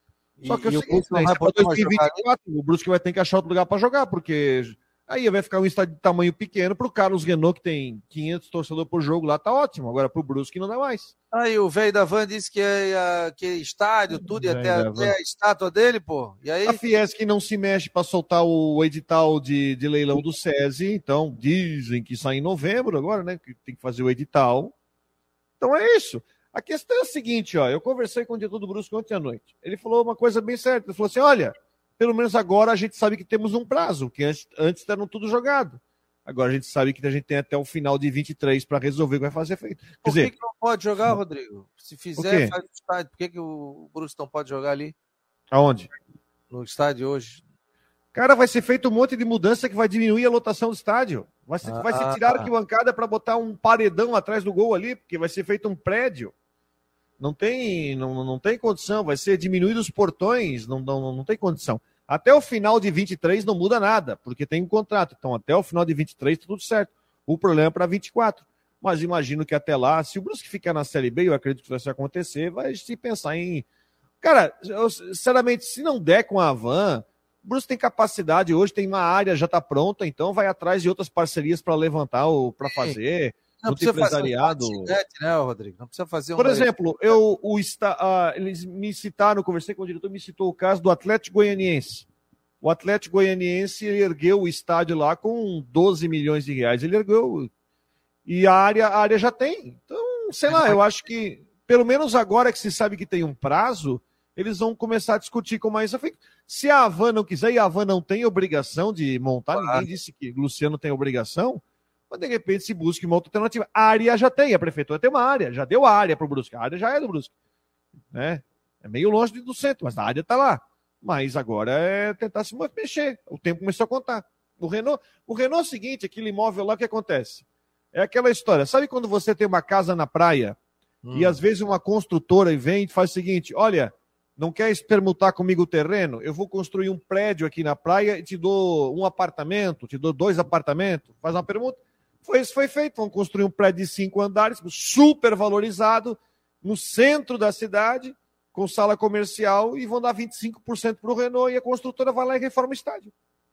Só que e, é o seguinte, né, para dois mil e vinte e quatro, o Brusque vai ter que achar outro lugar para jogar, porque aí vai ficar um estádio de tamanho pequeno para o Carlos Renault, que tem quinhentos torcedores por jogo lá, tá ótimo. Agora para o Brusque não dá mais. Aí o velho da Van disse que é, que é estádio, tudo, e até, até a estátua dele, pô. E aí... A Fiesc não se mexe para soltar o edital de, de leilão do SESI, então dizem que sai em novembro agora, né? Que tem que fazer o edital. Então é isso. A questão é a seguinte, ó. Eu conversei com o diretor do Brusque ontem à noite. Ele falou uma coisa bem certa. Ele falou assim: olha, pelo menos agora a gente sabe que temos um prazo, que antes, antes eram tudo jogado. Agora a gente sabe que a gente tem até o final de vinte e três para resolver o que vai fazer feito. Quer Por dizer, que, que não pode jogar, Rodrigo? Se fizer, faz no estádio. Por que, que o Brusque não pode jogar ali? Aonde? No estádio hoje. Cara, vai ser feito um monte de mudança que vai diminuir a lotação do estádio. Vai ser, ah, vai ser tirar a arquibancada para botar um paredão atrás do gol ali, porque vai ser feito um prédio. Não tem, não, não tem condição. Vai ser diminuído os portões. Não, não, não tem condição. Até o final de vinte e três não muda nada, porque tem um contrato. Então, até o final de vinte e três, tudo certo. O problema é para vinte e quatro. Mas imagino que até lá, se o Brusque ficar na Série B, eu acredito que isso vai acontecer, vai se pensar em... Cara, eu, sinceramente, se não der com a Van, o Brusque tem capacidade hoje, tem uma área, já está pronta, então vai atrás de outras parcerias para levantar ou para fazer... Não precisa empresariado. fazer um gigante, né, Rodrigo? Não precisa fazer um... Por exemplo, eu, o, uh, eles me citaram, conversei com o diretor, me citou o caso do Atlético Goianiense. O Atlético Goianiense ergueu o estádio lá com doze milhões de reais. Ele ergueu. E a área, a área já tem. Então, sei lá, eu acho que, pelo menos agora que se sabe que tem um prazo, eles vão começar a discutir como é isso. Se a Havan não quiser, e a Havan não tem obrigação de montar, claro. Ninguém disse que o Luciano tem obrigação, mas de repente se busque uma outra alternativa. A área já tem, a prefeitura tem uma área, já deu a área para o Brusque, a área já é do Brusque. Né? É meio longe do centro, mas a área está lá. Mas agora é tentar se mexer, o tempo começou a contar. O Renault, o Renault é o seguinte, aquele imóvel lá, o que acontece? É aquela história, sabe quando você tem uma casa na praia, hum. e às vezes uma construtora vem e faz o seguinte, olha, não quer permutar comigo o terreno? Eu vou construir um prédio aqui na praia e te dou um apartamento, te dou dois apartamentos, faz uma permuta. Foi isso foi feito, vão construir um prédio de cinco andares, super valorizado, no centro da cidade, com sala comercial, e vão dar vinte e cinco por cento para o Renault, e a construtora vai lá e reforma o estádio.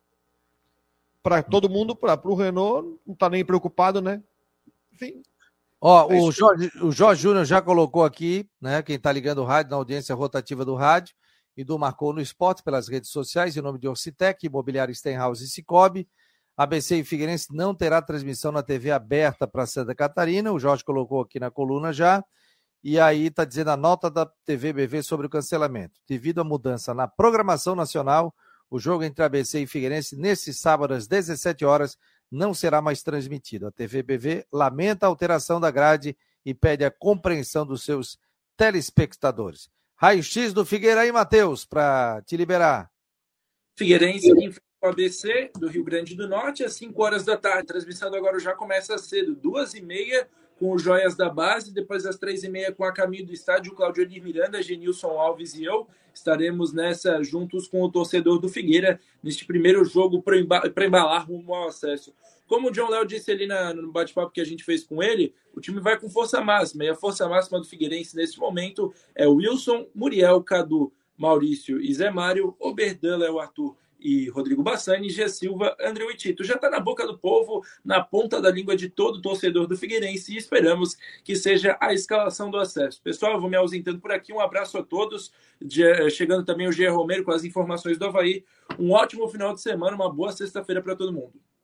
Para todo mundo, para o Renault, não está nem preocupado, né? Enfim. Ó, é o Jorge, o Jorge Júnior já colocou aqui, né? Quem está ligando o rádio na audiência rotativa do rádio e do Marcou no Esporte pelas redes sociais, em nome de Orcitec, Imobiliário Stenhouse e Cicobi. A B C e Figueirense não terá transmissão na T V aberta para Santa Catarina. O Jorge colocou aqui na coluna já. E aí está dizendo a nota da T V B V sobre o cancelamento. Devido à mudança na programação nacional, o jogo entre a B C e Figueirense, nesse sábado às dezessete horas, não será mais transmitido. A T V B V lamenta a alteração da grade e pede a compreensão dos seus telespectadores. Raio-X do Figueira aí, Matheus, para te liberar. Figueirense enfrenta o A B C do Rio Grande do Norte às cinco horas da tarde. A transmissão do Agora já começa cedo, duas e meia, com os Joias da Base, depois às três e meia com a caminho do estádio, Claudio Elir Miranda, Genilson Alves e eu estaremos nessa juntos com o torcedor do Figueira, neste primeiro jogo para embalar rumo ao acesso. Como o John Léo disse ali na, no bate-papo que a gente fez com ele, o time vai com força máxima, e a força máxima do Figueirense nesse momento é o Wilson, Muriel, Cadu, Maurício e Zé Mário, Oberdan, Léo Arthur e Rodrigo Bassani, G. Silva, André e Tito. Já está na boca do povo, na ponta da língua de todo torcedor do Figueirense, e esperamos que seja a escalação do acesso. Pessoal, eu vou me ausentando por aqui. Um abraço a todos. Chegando também o G. Romero com as informações do Avaí. Um ótimo final de semana, uma boa sexta-feira para todo mundo. Tchau.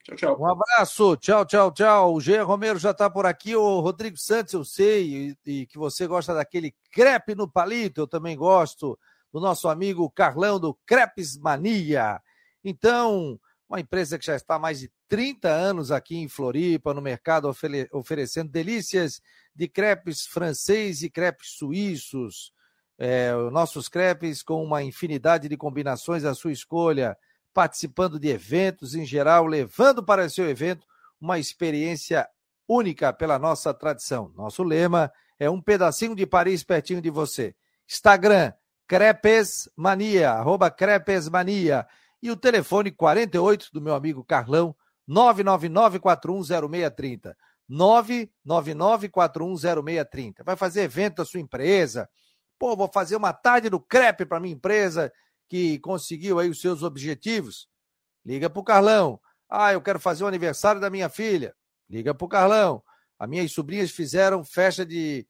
Tchau, tchau. Um abraço, tchau, tchau, tchau. O Jean Romero já está por aqui. O Rodrigo Santos, eu sei, e, e que você gosta daquele crepe no palito, eu também gosto, do nosso amigo Carlão, do Crepes Mania. Então, uma empresa que já está há mais de trinta anos aqui em Floripa, no mercado, ofere- oferecendo delícias de crepes francês e crepes suíços. É, nossos crepes com uma infinidade de combinações à sua escolha, participando de eventos em geral, levando para o seu evento uma experiência única pela nossa tradição. Nosso lema é um pedacinho de Paris pertinho de você. Instagram, Crepes Mania, arroba Crepes Mania. E o telefone quarenta e oito do meu amigo Carlão, nove nove nove quatro um zero seis três zero. nove nove nove quatro um zero seis três zero. Vai fazer evento da sua empresa. Pô, vou fazer uma tarde do crepe para minha empresa que conseguiu aí os seus objetivos. Liga pro Carlão. Ah, eu quero fazer o aniversário da minha filha. Liga pro Carlão. As minhas sobrinhas fizeram festa de,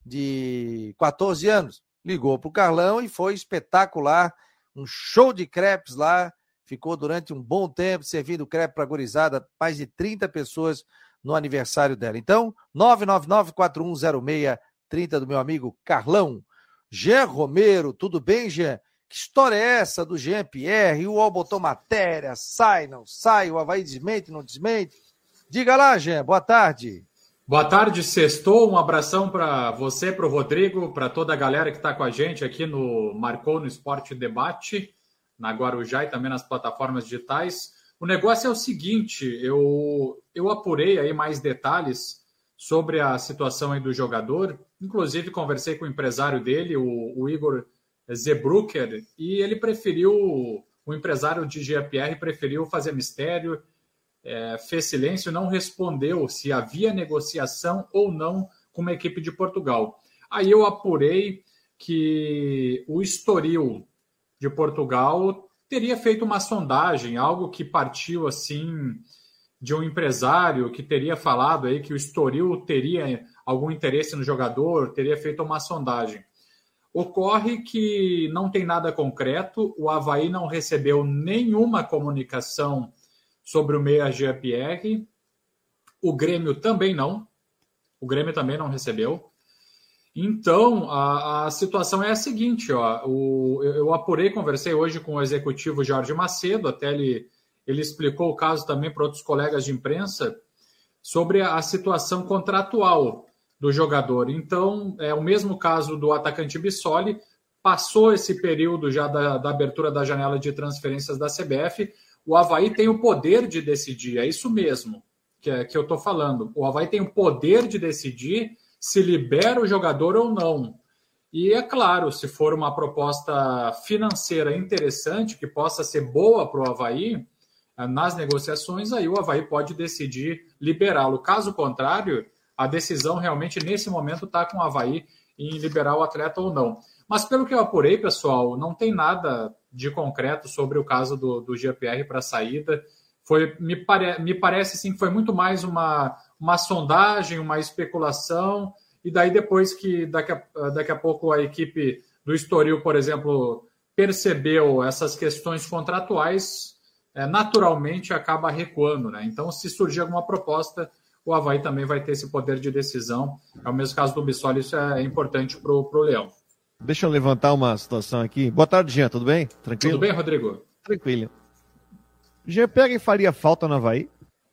de quatorze anos. Ligou pro Carlão e foi espetacular. Um show de crepes lá. Ficou durante um bom tempo servindo crepe para a gurizada, mais de trinta pessoas no aniversário dela. Então, nove nove nove quatro um zero seis três zero do meu amigo Carlão. Jean Romero, tudo bem, Jean? Que história é essa do Jean-Pierre? O U O L botou matéria, sai, não sai, o Avaí desmente, não desmente? Diga lá, Jean, boa tarde. Boa tarde, sextou, um abração para você, para o Rodrigo, para toda a galera que está com a gente aqui no Marcou no Esporte Debate, na Guarujá e também nas plataformas digitais. O negócio é o seguinte, eu, eu apurei aí mais detalhes sobre a situação aí do jogador, inclusive conversei com o empresário dele, o, o Igor Zebrucker, e ele preferiu, o empresário de Jean-Pierre preferiu fazer mistério, é, fez silêncio, não respondeu se havia negociação ou não com uma equipe de Portugal. Aí eu apurei que o Estoril de Portugal teria feito uma sondagem, algo que partiu assim de um empresário que teria falado aí que o Estoril teria algum interesse no jogador, teria feito uma sondagem. Ocorre que não tem nada concreto, o Avaí não recebeu nenhuma comunicação sobre o meia Jean-Pierre, o Grêmio também não, o Grêmio também não recebeu. Então, a, a situação é a seguinte, ó, o, eu, eu apurei, conversei hoje com o executivo Jorge Macedo, até ele, ele explicou o caso também para outros colegas de imprensa, sobre a, a situação contratual do jogador. Então, é o mesmo caso do atacante Bissoli, passou esse período já da, da abertura da janela de transferências da C B F, o Avaí tem o poder de decidir, é isso mesmo que, é, que eu estou falando, o Avaí tem o poder de decidir se libera o jogador ou não. E é claro, se for uma proposta financeira interessante, que possa ser boa para o Avaí, nas negociações, aí o Avaí pode decidir liberá-lo. Caso contrário, a decisão realmente nesse momento está com o Avaí em liberar o atleta ou não. Mas pelo que eu apurei, pessoal, não tem nada de concreto sobre o caso do, do Jean-Pierre para a saída. Foi, me, pare, me parece sim, que foi muito mais uma, uma sondagem, uma especulação, e daí depois que daqui a, daqui a pouco a equipe do Estoril, por exemplo, percebeu essas questões contratuais, é, naturalmente acaba recuando, né? Então, se surgir alguma proposta, o Avaí também vai ter esse poder de decisão. É o mesmo caso do Bissoli, isso é importante para o Leão. Deixa eu levantar uma situação aqui. Boa tarde, Jean, tudo bem? Tranquilo? Tudo bem, Rodrigo? Tranquilo. Jean Pierre faria falta no Avaí?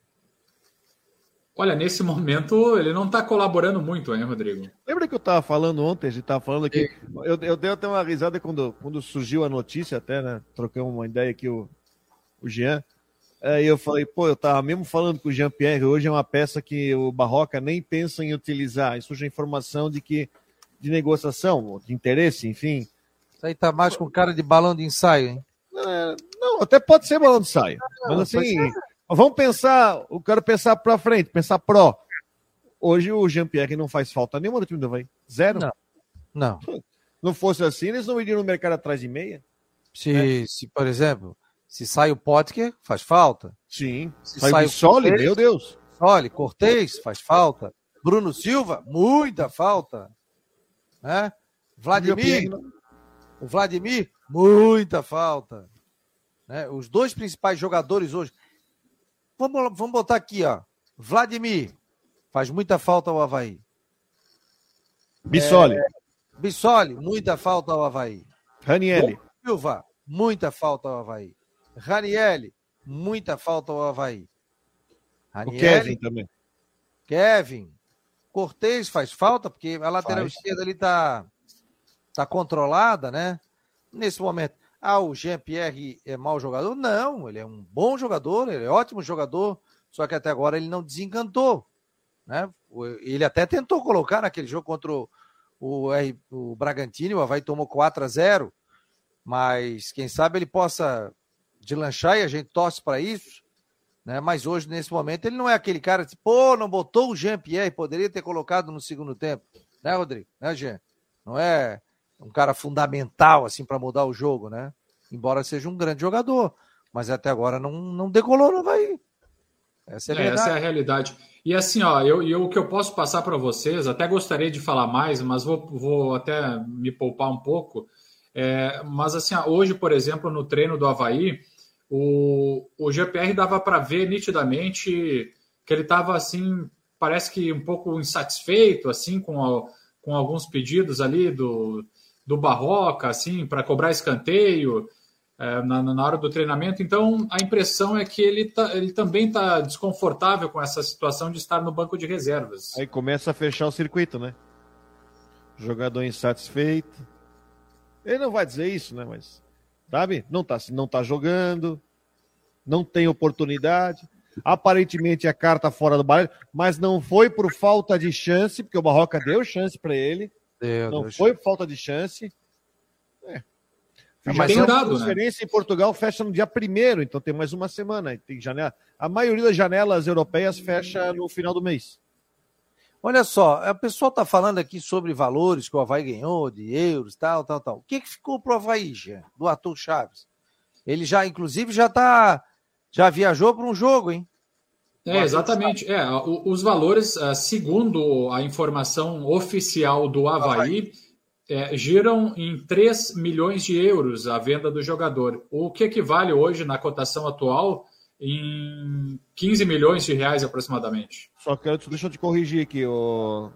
Olha, nesse momento ele não está colaborando muito, hein, Rodrigo? Lembra que eu estava falando ontem, a gente estava falando aqui, eu, eu dei até uma risada quando, quando surgiu a notícia até, né? Troquei uma ideia aqui, o, o Jean. Aí eu falei, pô, eu estava mesmo falando com o Jean Pierre, hoje é uma peça que o Barroca nem pensa em utilizar. E surge a informação de que de negociação, de interesse, enfim. Isso aí tá mais com cara de balão de ensaio, hein? É, não, até pode ser balão de ensaio. Mas assim, vamos pensar, eu quero pensar para frente, pensar pró. Hoje o Jean-Pierre não faz falta nenhuma no time do Avaí. Zero. Não. Não. Não fosse assim, eles não iriam no mercado atrás de meia. Se, é. se por exemplo, se sai o Potker, faz falta. Sim. Se sai, sai o Bissoli, meu Deus. Olha, Cortez, faz falta. Bruno Silva, muita falta. Né? Vladimir, o Vladimir, muita falta. Né? Os dois principais jogadores hoje. vamos, vamos botar aqui, ó. Vladimir, faz muita falta ao Avaí. Bissoli. É, Bissoli, muita falta ao Avaí. Ranielli. Silva, muita falta ao Avaí. Ranielli, muita falta ao Avaí. Ranielli, o Kevin também. Kevin. Cortez faz falta, porque a lateral faz. esquerda ali tá, tá controlada, né? Nesse momento. Ah, o Jean-Pierre é mau jogador? Não, ele é um bom jogador, ele é ótimo jogador, só que até agora ele não desencantou, né? Ele até tentou colocar naquele jogo contra o, o, o Bragantino, o Avaí tomou quatro a zero, mas quem sabe ele possa deslanchar e a gente torce para isso, né? Mas hoje, nesse momento, ele não é aquele cara que, pô, não botou o Jean-Pierre, poderia ter colocado no segundo tempo, né, Rodrigo? Né, Jean? Não é um cara fundamental, assim, para mudar o jogo, né? Embora seja um grande jogador, mas até agora não, não decolou, não vai. Essa é a é, verdade. Essa é a realidade. E assim, ó, eu, eu, o que eu posso passar para vocês, até gostaria de falar mais, mas vou, vou até me poupar um pouco. É, mas assim, ó, hoje, por exemplo, no treino do Avaí, o, o G P R dava para ver nitidamente que ele estava assim, parece que um pouco insatisfeito, assim, com, a, com alguns pedidos ali do, do Barroca, assim, para cobrar escanteio é, na, na hora do treinamento. Então, a impressão é que ele, tá, ele também está desconfortável com essa situação de estar no banco de reservas. Aí começa a fechar o circuito, né? Jogador insatisfeito. Ele não vai dizer isso, né? Mas, sabe? Não tá, não tá jogando, não tem oportunidade. Aparentemente a carta fora do baralho, mas não foi por falta de chance, porque o Barroca deu chance para ele. Deu, não deu foi chance. Por falta de chance. É. Mas tem dado, a transferência, né? Em Portugal fecha no dia primeiro, então tem mais uma semana. Tem janela. A maioria das janelas europeias fecha no final do mês. Olha só, o pessoal está falando aqui sobre valores que o Avaí ganhou, de euros, tal, tal, tal. O que, que ficou pro Avaí, Jean, do Arthur Chaves? Ele já, inclusive, já tá, já viajou para um jogo, hein? É, exatamente. É, os valores, segundo a informação oficial do Avaí, é, giram em três milhões de euros a venda do jogador, o que equivale hoje, na cotação atual, em quinze milhões de reais aproximadamente. Só que deixa eu te corrigir aqui, o,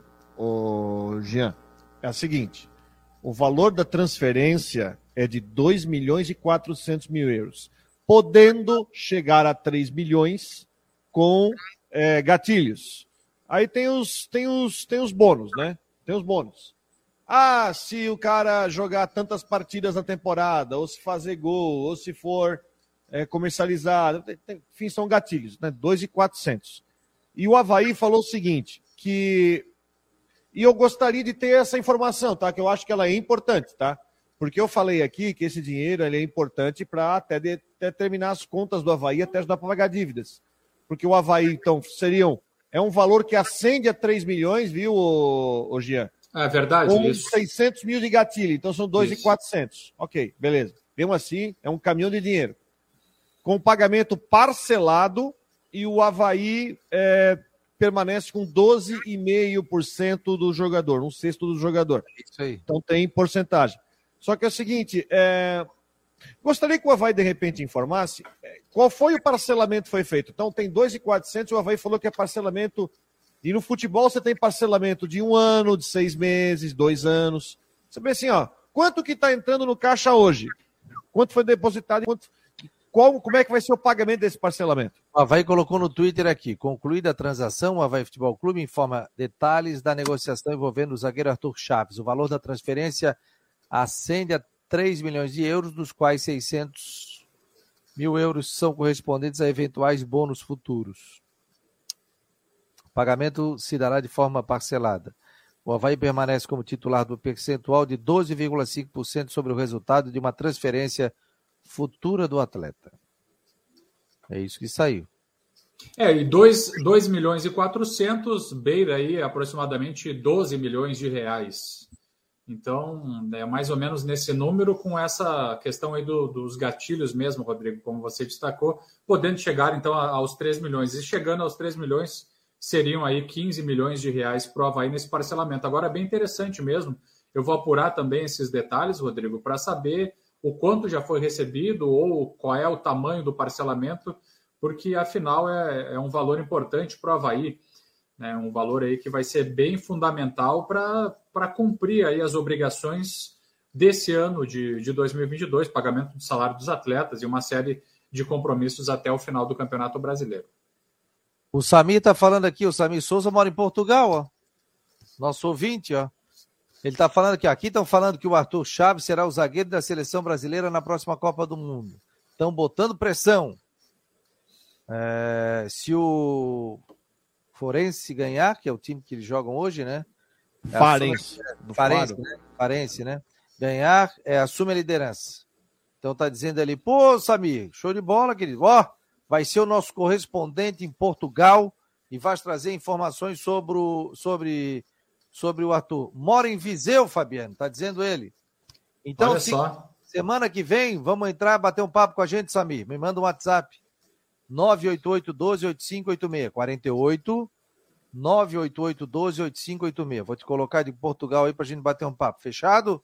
o Jean. É o seguinte, o valor da transferência é de dois milhões e quatrocentos mil euros, podendo chegar a três milhões com é, gatilhos. Aí tem os, tem, os, tem os bônus, né? Tem os bônus. Ah, se o cara jogar tantas partidas na temporada, ou se fazer gol, ou se for é, comercializado, enfim, são gatilhos, né? dois mil e quatrocentos. E o Avaí falou o seguinte, que... E eu gostaria de ter essa informação, tá? Que eu acho que ela é importante, tá? Porque eu falei aqui que esse dinheiro ele é importante para até, de, até terminar as contas do Avaí, até ajudar para pagar dívidas. Porque o Avaí, então, seriam... É um valor que ascende a três milhões, viu, ô, ô Jean? É verdade, com isso. seiscentos mil de gatilho, então são dois mil e quatrocentos. Ok, beleza. Mesmo assim, é um caminhão de dinheiro. Com pagamento parcelado e o Avaí é, permanece com doze vírgula cinco por cento do jogador, um sexto do jogador. Isso aí. Então tem porcentagem. Só que é o seguinte, é... gostaria que o Avaí de repente informasse qual foi o parcelamento que foi feito. Então tem dois mil e quatrocentos, o Avaí falou que é parcelamento, e no futebol você tem parcelamento de um ano, de seis meses, dois anos. Você vê assim, ó, quanto que está entrando no caixa hoje? Quanto foi depositado? Quanto... Qual, como é que vai ser o pagamento desse parcelamento? O Avaí colocou no Twitter aqui, concluída a transação, o Avaí Futebol Clube informa detalhes da negociação envolvendo o zagueiro Arthur Chaves. O valor da transferência ascende a três milhões de euros, dos quais seiscentos mil euros são correspondentes a eventuais bônus futuros. O pagamento se dará de forma parcelada. O Avaí permanece como titular do percentual de doze vírgula cinco por cento sobre o resultado de uma transferência futura do atleta. É isso que saiu. É, e dois milhões e quatrocentos beira aí aproximadamente doze milhões de reais. Então, é mais ou menos nesse número, com essa questão aí do, dos gatilhos mesmo, Rodrigo, como você destacou, podendo chegar então aos três milhões. E chegando aos três milhões, seriam aí quinze milhões de reais para o Avaí nesse parcelamento. Agora, é bem interessante mesmo. Eu vou apurar também esses detalhes, Rodrigo, para saber o quanto já foi recebido ou qual é o tamanho do parcelamento, porque afinal é, é um valor importante para o Avaí, né? Um valor aí que vai ser bem fundamental para cumprir aí as obrigações desse ano de, de dois mil e vinte e dois, pagamento do salário dos atletas e uma série de compromissos até o final do Campeonato Brasileiro. O Samir está falando aqui, o Samir Souza mora em Portugal, ó. Nosso ouvinte, ó. Ele está falando aqui, ó. Aqui estão falando que o Arthur Chaves será o zagueiro da seleção brasileira na próxima Copa do Mundo. Estão botando pressão. É, se o Forense ganhar, que é o time que eles jogam hoje, né? É Farense. Assume... Farense, né? Farense, né? Ganhar, é, assume a liderança. Então tá dizendo ali, pô, Samir, show de bola, querido. Ó, vai ser o nosso correspondente em Portugal e vai trazer informações sobre o, sobre, sobre o Arthur. Mora em Viseu, Fabiano, tá dizendo ele. Então, olha se, só. Semana que vem, vamos entrar, bater um papo com a gente, Samir. Me manda um WhatsApp. nove oito oito, um dois, oito cinco oito seis. quarenta e oito, nove oito oito, um dois, oito cinco oito seis. Vou te colocar de Portugal aí pra gente bater um papo. Fechado?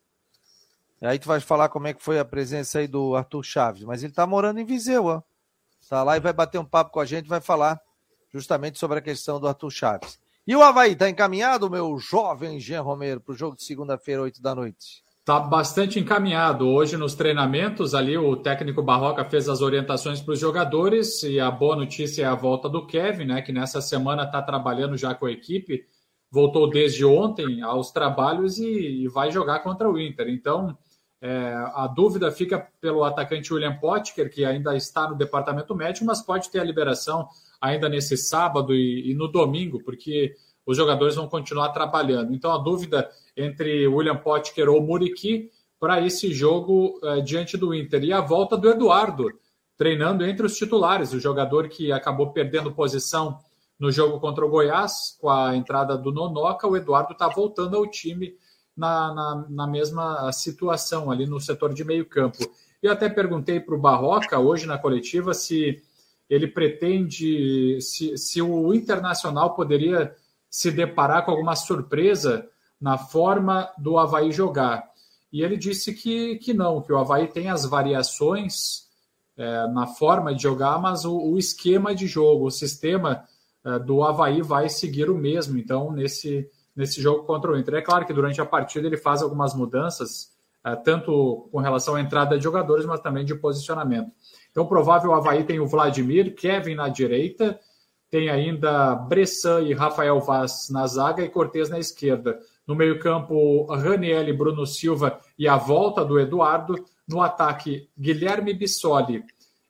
Aí tu vai falar como é que foi a presença aí do Arthur Chaves. Mas ele tá morando em Viseu, ó. Tá lá e vai bater um papo com a gente, vai falar justamente sobre a questão do Arthur Chaves. E o Avaí, tá encaminhado, meu jovem Jean Romero, pro jogo de segunda-feira, oito da noite? Tá bastante encaminhado. Hoje nos treinamentos, ali o técnico Barroca fez as orientações para os jogadores e a boa notícia é a volta do Kevin, né, que nessa semana está trabalhando já com a equipe, voltou desde ontem aos trabalhos e, e vai jogar contra o Inter. Então, é, a dúvida fica pelo atacante William Potker, que ainda está no departamento médico, mas pode ter a liberação ainda nesse sábado e, e no domingo, porque os jogadores vão continuar trabalhando. Então, a dúvida entre William Potker ou Muriqui para esse jogo uh, diante do Inter. E a volta do Eduardo, treinando entre os titulares, o jogador que acabou perdendo posição no jogo contra o Goiás, com a entrada do Nonoca. O Eduardo está voltando ao time na, na, na mesma situação, ali no setor de meio campo. Eu até perguntei para o Barroca, hoje na coletiva, se ele pretende, se, se o Internacional poderia se deparar com alguma surpresa na forma do Avaí jogar. E ele disse que, que não, que o Avaí tem as variações é, na forma de jogar, mas o, o esquema de jogo, o sistema é, do Avaí vai seguir o mesmo, então, nesse, nesse jogo contra o Inter. É claro que durante a partida ele faz algumas mudanças, é, tanto com relação à entrada de jogadores, mas também de posicionamento. Então, provável o Avaí tem o Vladimir, Kevin na direita, tem ainda Bressan e Rafael Vaz na zaga e Cortez na esquerda. No meio-campo, Raniel, Bruno Silva e a volta do Eduardo. No ataque, Guilherme Bissoli,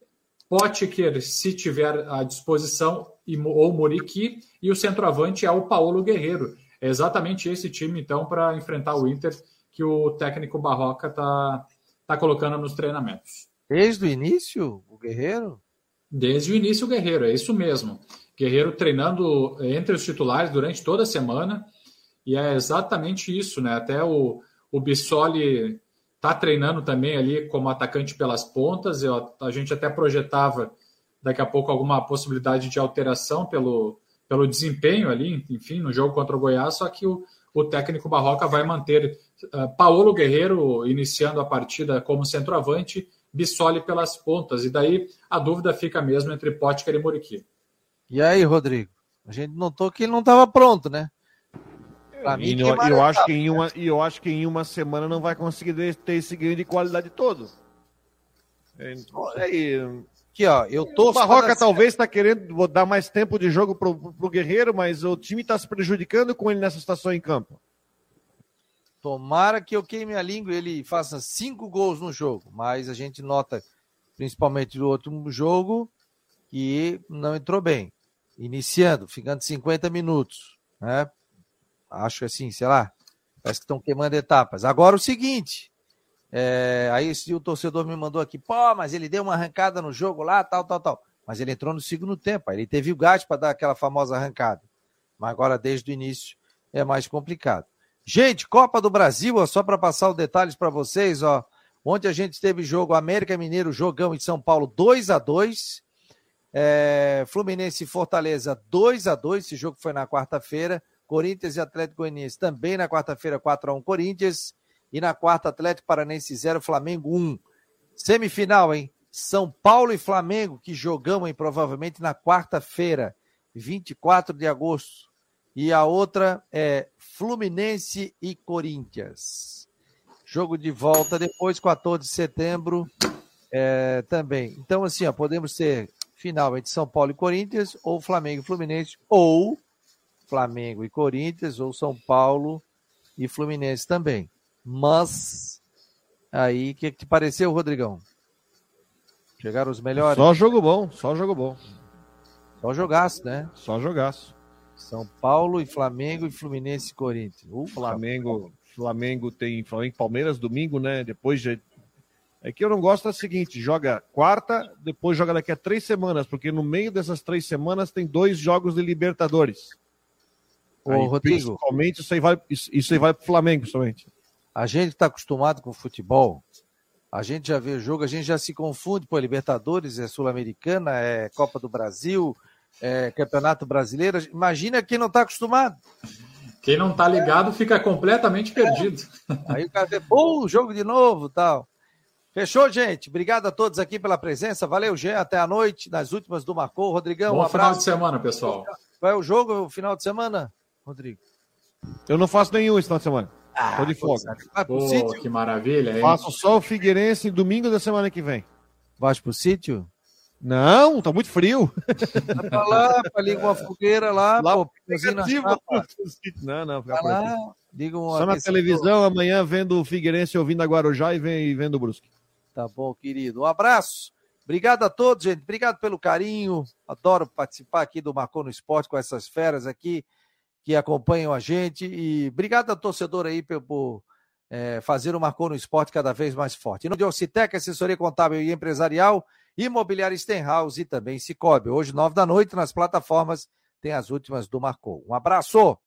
Potker, se tiver à disposição, ou Muriqui. E o centroavante é o Paulo Guerreiro. É exatamente esse time, então, para enfrentar o Inter, que o técnico Barroca está tá colocando nos treinamentos. Desde o início, o Guerreiro? Desde o início, o Guerreiro, é isso mesmo. Guerreiro treinando entre os titulares durante toda a semana, e é exatamente isso, né? Até o, o Bissoli está treinando também ali como atacante pelas pontas. Eu, a gente até projetava daqui a pouco alguma possibilidade de alteração pelo, pelo desempenho ali, enfim, no jogo contra o Goiás, só que o, o técnico Barroca vai manter uh, Paulo Guerreiro iniciando a partida como centroavante, Bissoli pelas pontas, e daí a dúvida fica mesmo entre Potker e Muriqui. E aí, Rodrigo? A gente notou que ele não estava pronto, né? Pra mim, e eu, eu, acho que em uma, eu acho que em uma semana não vai conseguir ter esse ganho de qualidade todo. É, aí, aqui, ó, eu tô. O Barroca talvez está querendo dar mais tempo de jogo pro, pro, pro Guerreiro, mas o time está se prejudicando com ele nessa situação em campo. Tomara que eu queime a língua e ele faça cinco gols no jogo, mas a gente nota, principalmente do outro jogo, que não entrou bem. Iniciando, ficando cinquenta minutos, né? Acho assim, sei lá, parece que estão queimando etapas. Agora o seguinte, é, aí o torcedor me mandou aqui, pô, mas ele deu uma arrancada no jogo lá, tal, tal, tal. Mas ele entrou no segundo tempo, aí ele teve o gás para dar aquela famosa arrancada. Mas agora, desde o início, é mais complicado. Gente, Copa do Brasil, ó, só para passar os detalhes para vocês, ó. Ontem a gente teve jogo América Mineiro, jogão em São Paulo, dois a dois. É, Fluminense e Fortaleza, dois a dois. Esse jogo foi na quarta-feira. Corinthians e Atlético Goianiense também na quarta-feira, quatro a um Corinthians. E na quarta, Atlético Paranense zero, Flamengo um. Semifinal, hein? São Paulo e Flamengo, que jogamos hein, provavelmente na quarta-feira, vinte e quatro de agosto. E a outra é Fluminense e Corinthians. Jogo de volta depois, quatorze de setembro, é, também. Então, assim, ó, podemos ter final entre São Paulo e Corinthians, ou Flamengo e Fluminense, ou Flamengo e Corinthians, ou São Paulo e Fluminense também. Mas, aí, o que, que te pareceu, Rodrigão? Chegaram os melhores? Só jogo bom, só jogo bom. Só jogaço, né? Só jogaço. São Paulo e Flamengo e Fluminense e Corinthians. Ufa. Flamengo, Flamengo tem Flamengo e Palmeiras domingo, né? Depois já... É que eu não gosto é o seguinte, joga quarta, depois joga daqui a três semanas, porque no meio dessas três semanas tem dois jogos de Libertadores. Ô, aí, Rodrigo, principalmente isso aí vai, isso, isso aí vai pro Flamengo, somente. A gente está acostumado com futebol, a gente já vê o jogo, a gente já se confunde, pô, Libertadores, é Sul-Americana, é Copa do Brasil, é Campeonato Brasileiro, imagina quem não está acostumado. Quem não está ligado fica completamente perdido. Aí o cara vê, pô, jogo de novo, tal. Fechou, gente? Obrigado a todos aqui pela presença, valeu, Gê, até a noite, nas últimas do Marcou, Rodrigão, Bom um final abraço. de semana, pessoal. Qual é o jogo, o final de semana, Rodrigo? Eu não faço nenhum esse final de semana. Ah, Tô de folga. Vai pro Pô, sítio? que maravilha, hein? Faço só o Figueirense domingo da semana que vem. Vai pro sítio? Não, tá muito frio. Vai pra lá, pra ligar uma fogueira lá, Lá, pô, cozinha na chapa. Não, não, fica Vai por aqui. lá, liga um Só na aquecedor. televisão, amanhã vendo o Figueirense ouvindo a Guarujá e, vem, e vendo o Brusque. Tá bom, querido. Um abraço. Obrigado a todos, gente. Obrigado pelo carinho. Adoro participar aqui do Marcou no Esporte com essas feras aqui que acompanham a gente. E obrigado ao torcedor aí por, por é, fazer o Marcou no Esporte cada vez mais forte. Em nome de Ocitec, assessoria contábil e empresarial, Imobiliária Stenhouse e também Cicobi. Hoje, nove da noite, nas plataformas, tem as últimas do Marcou. Um abraço!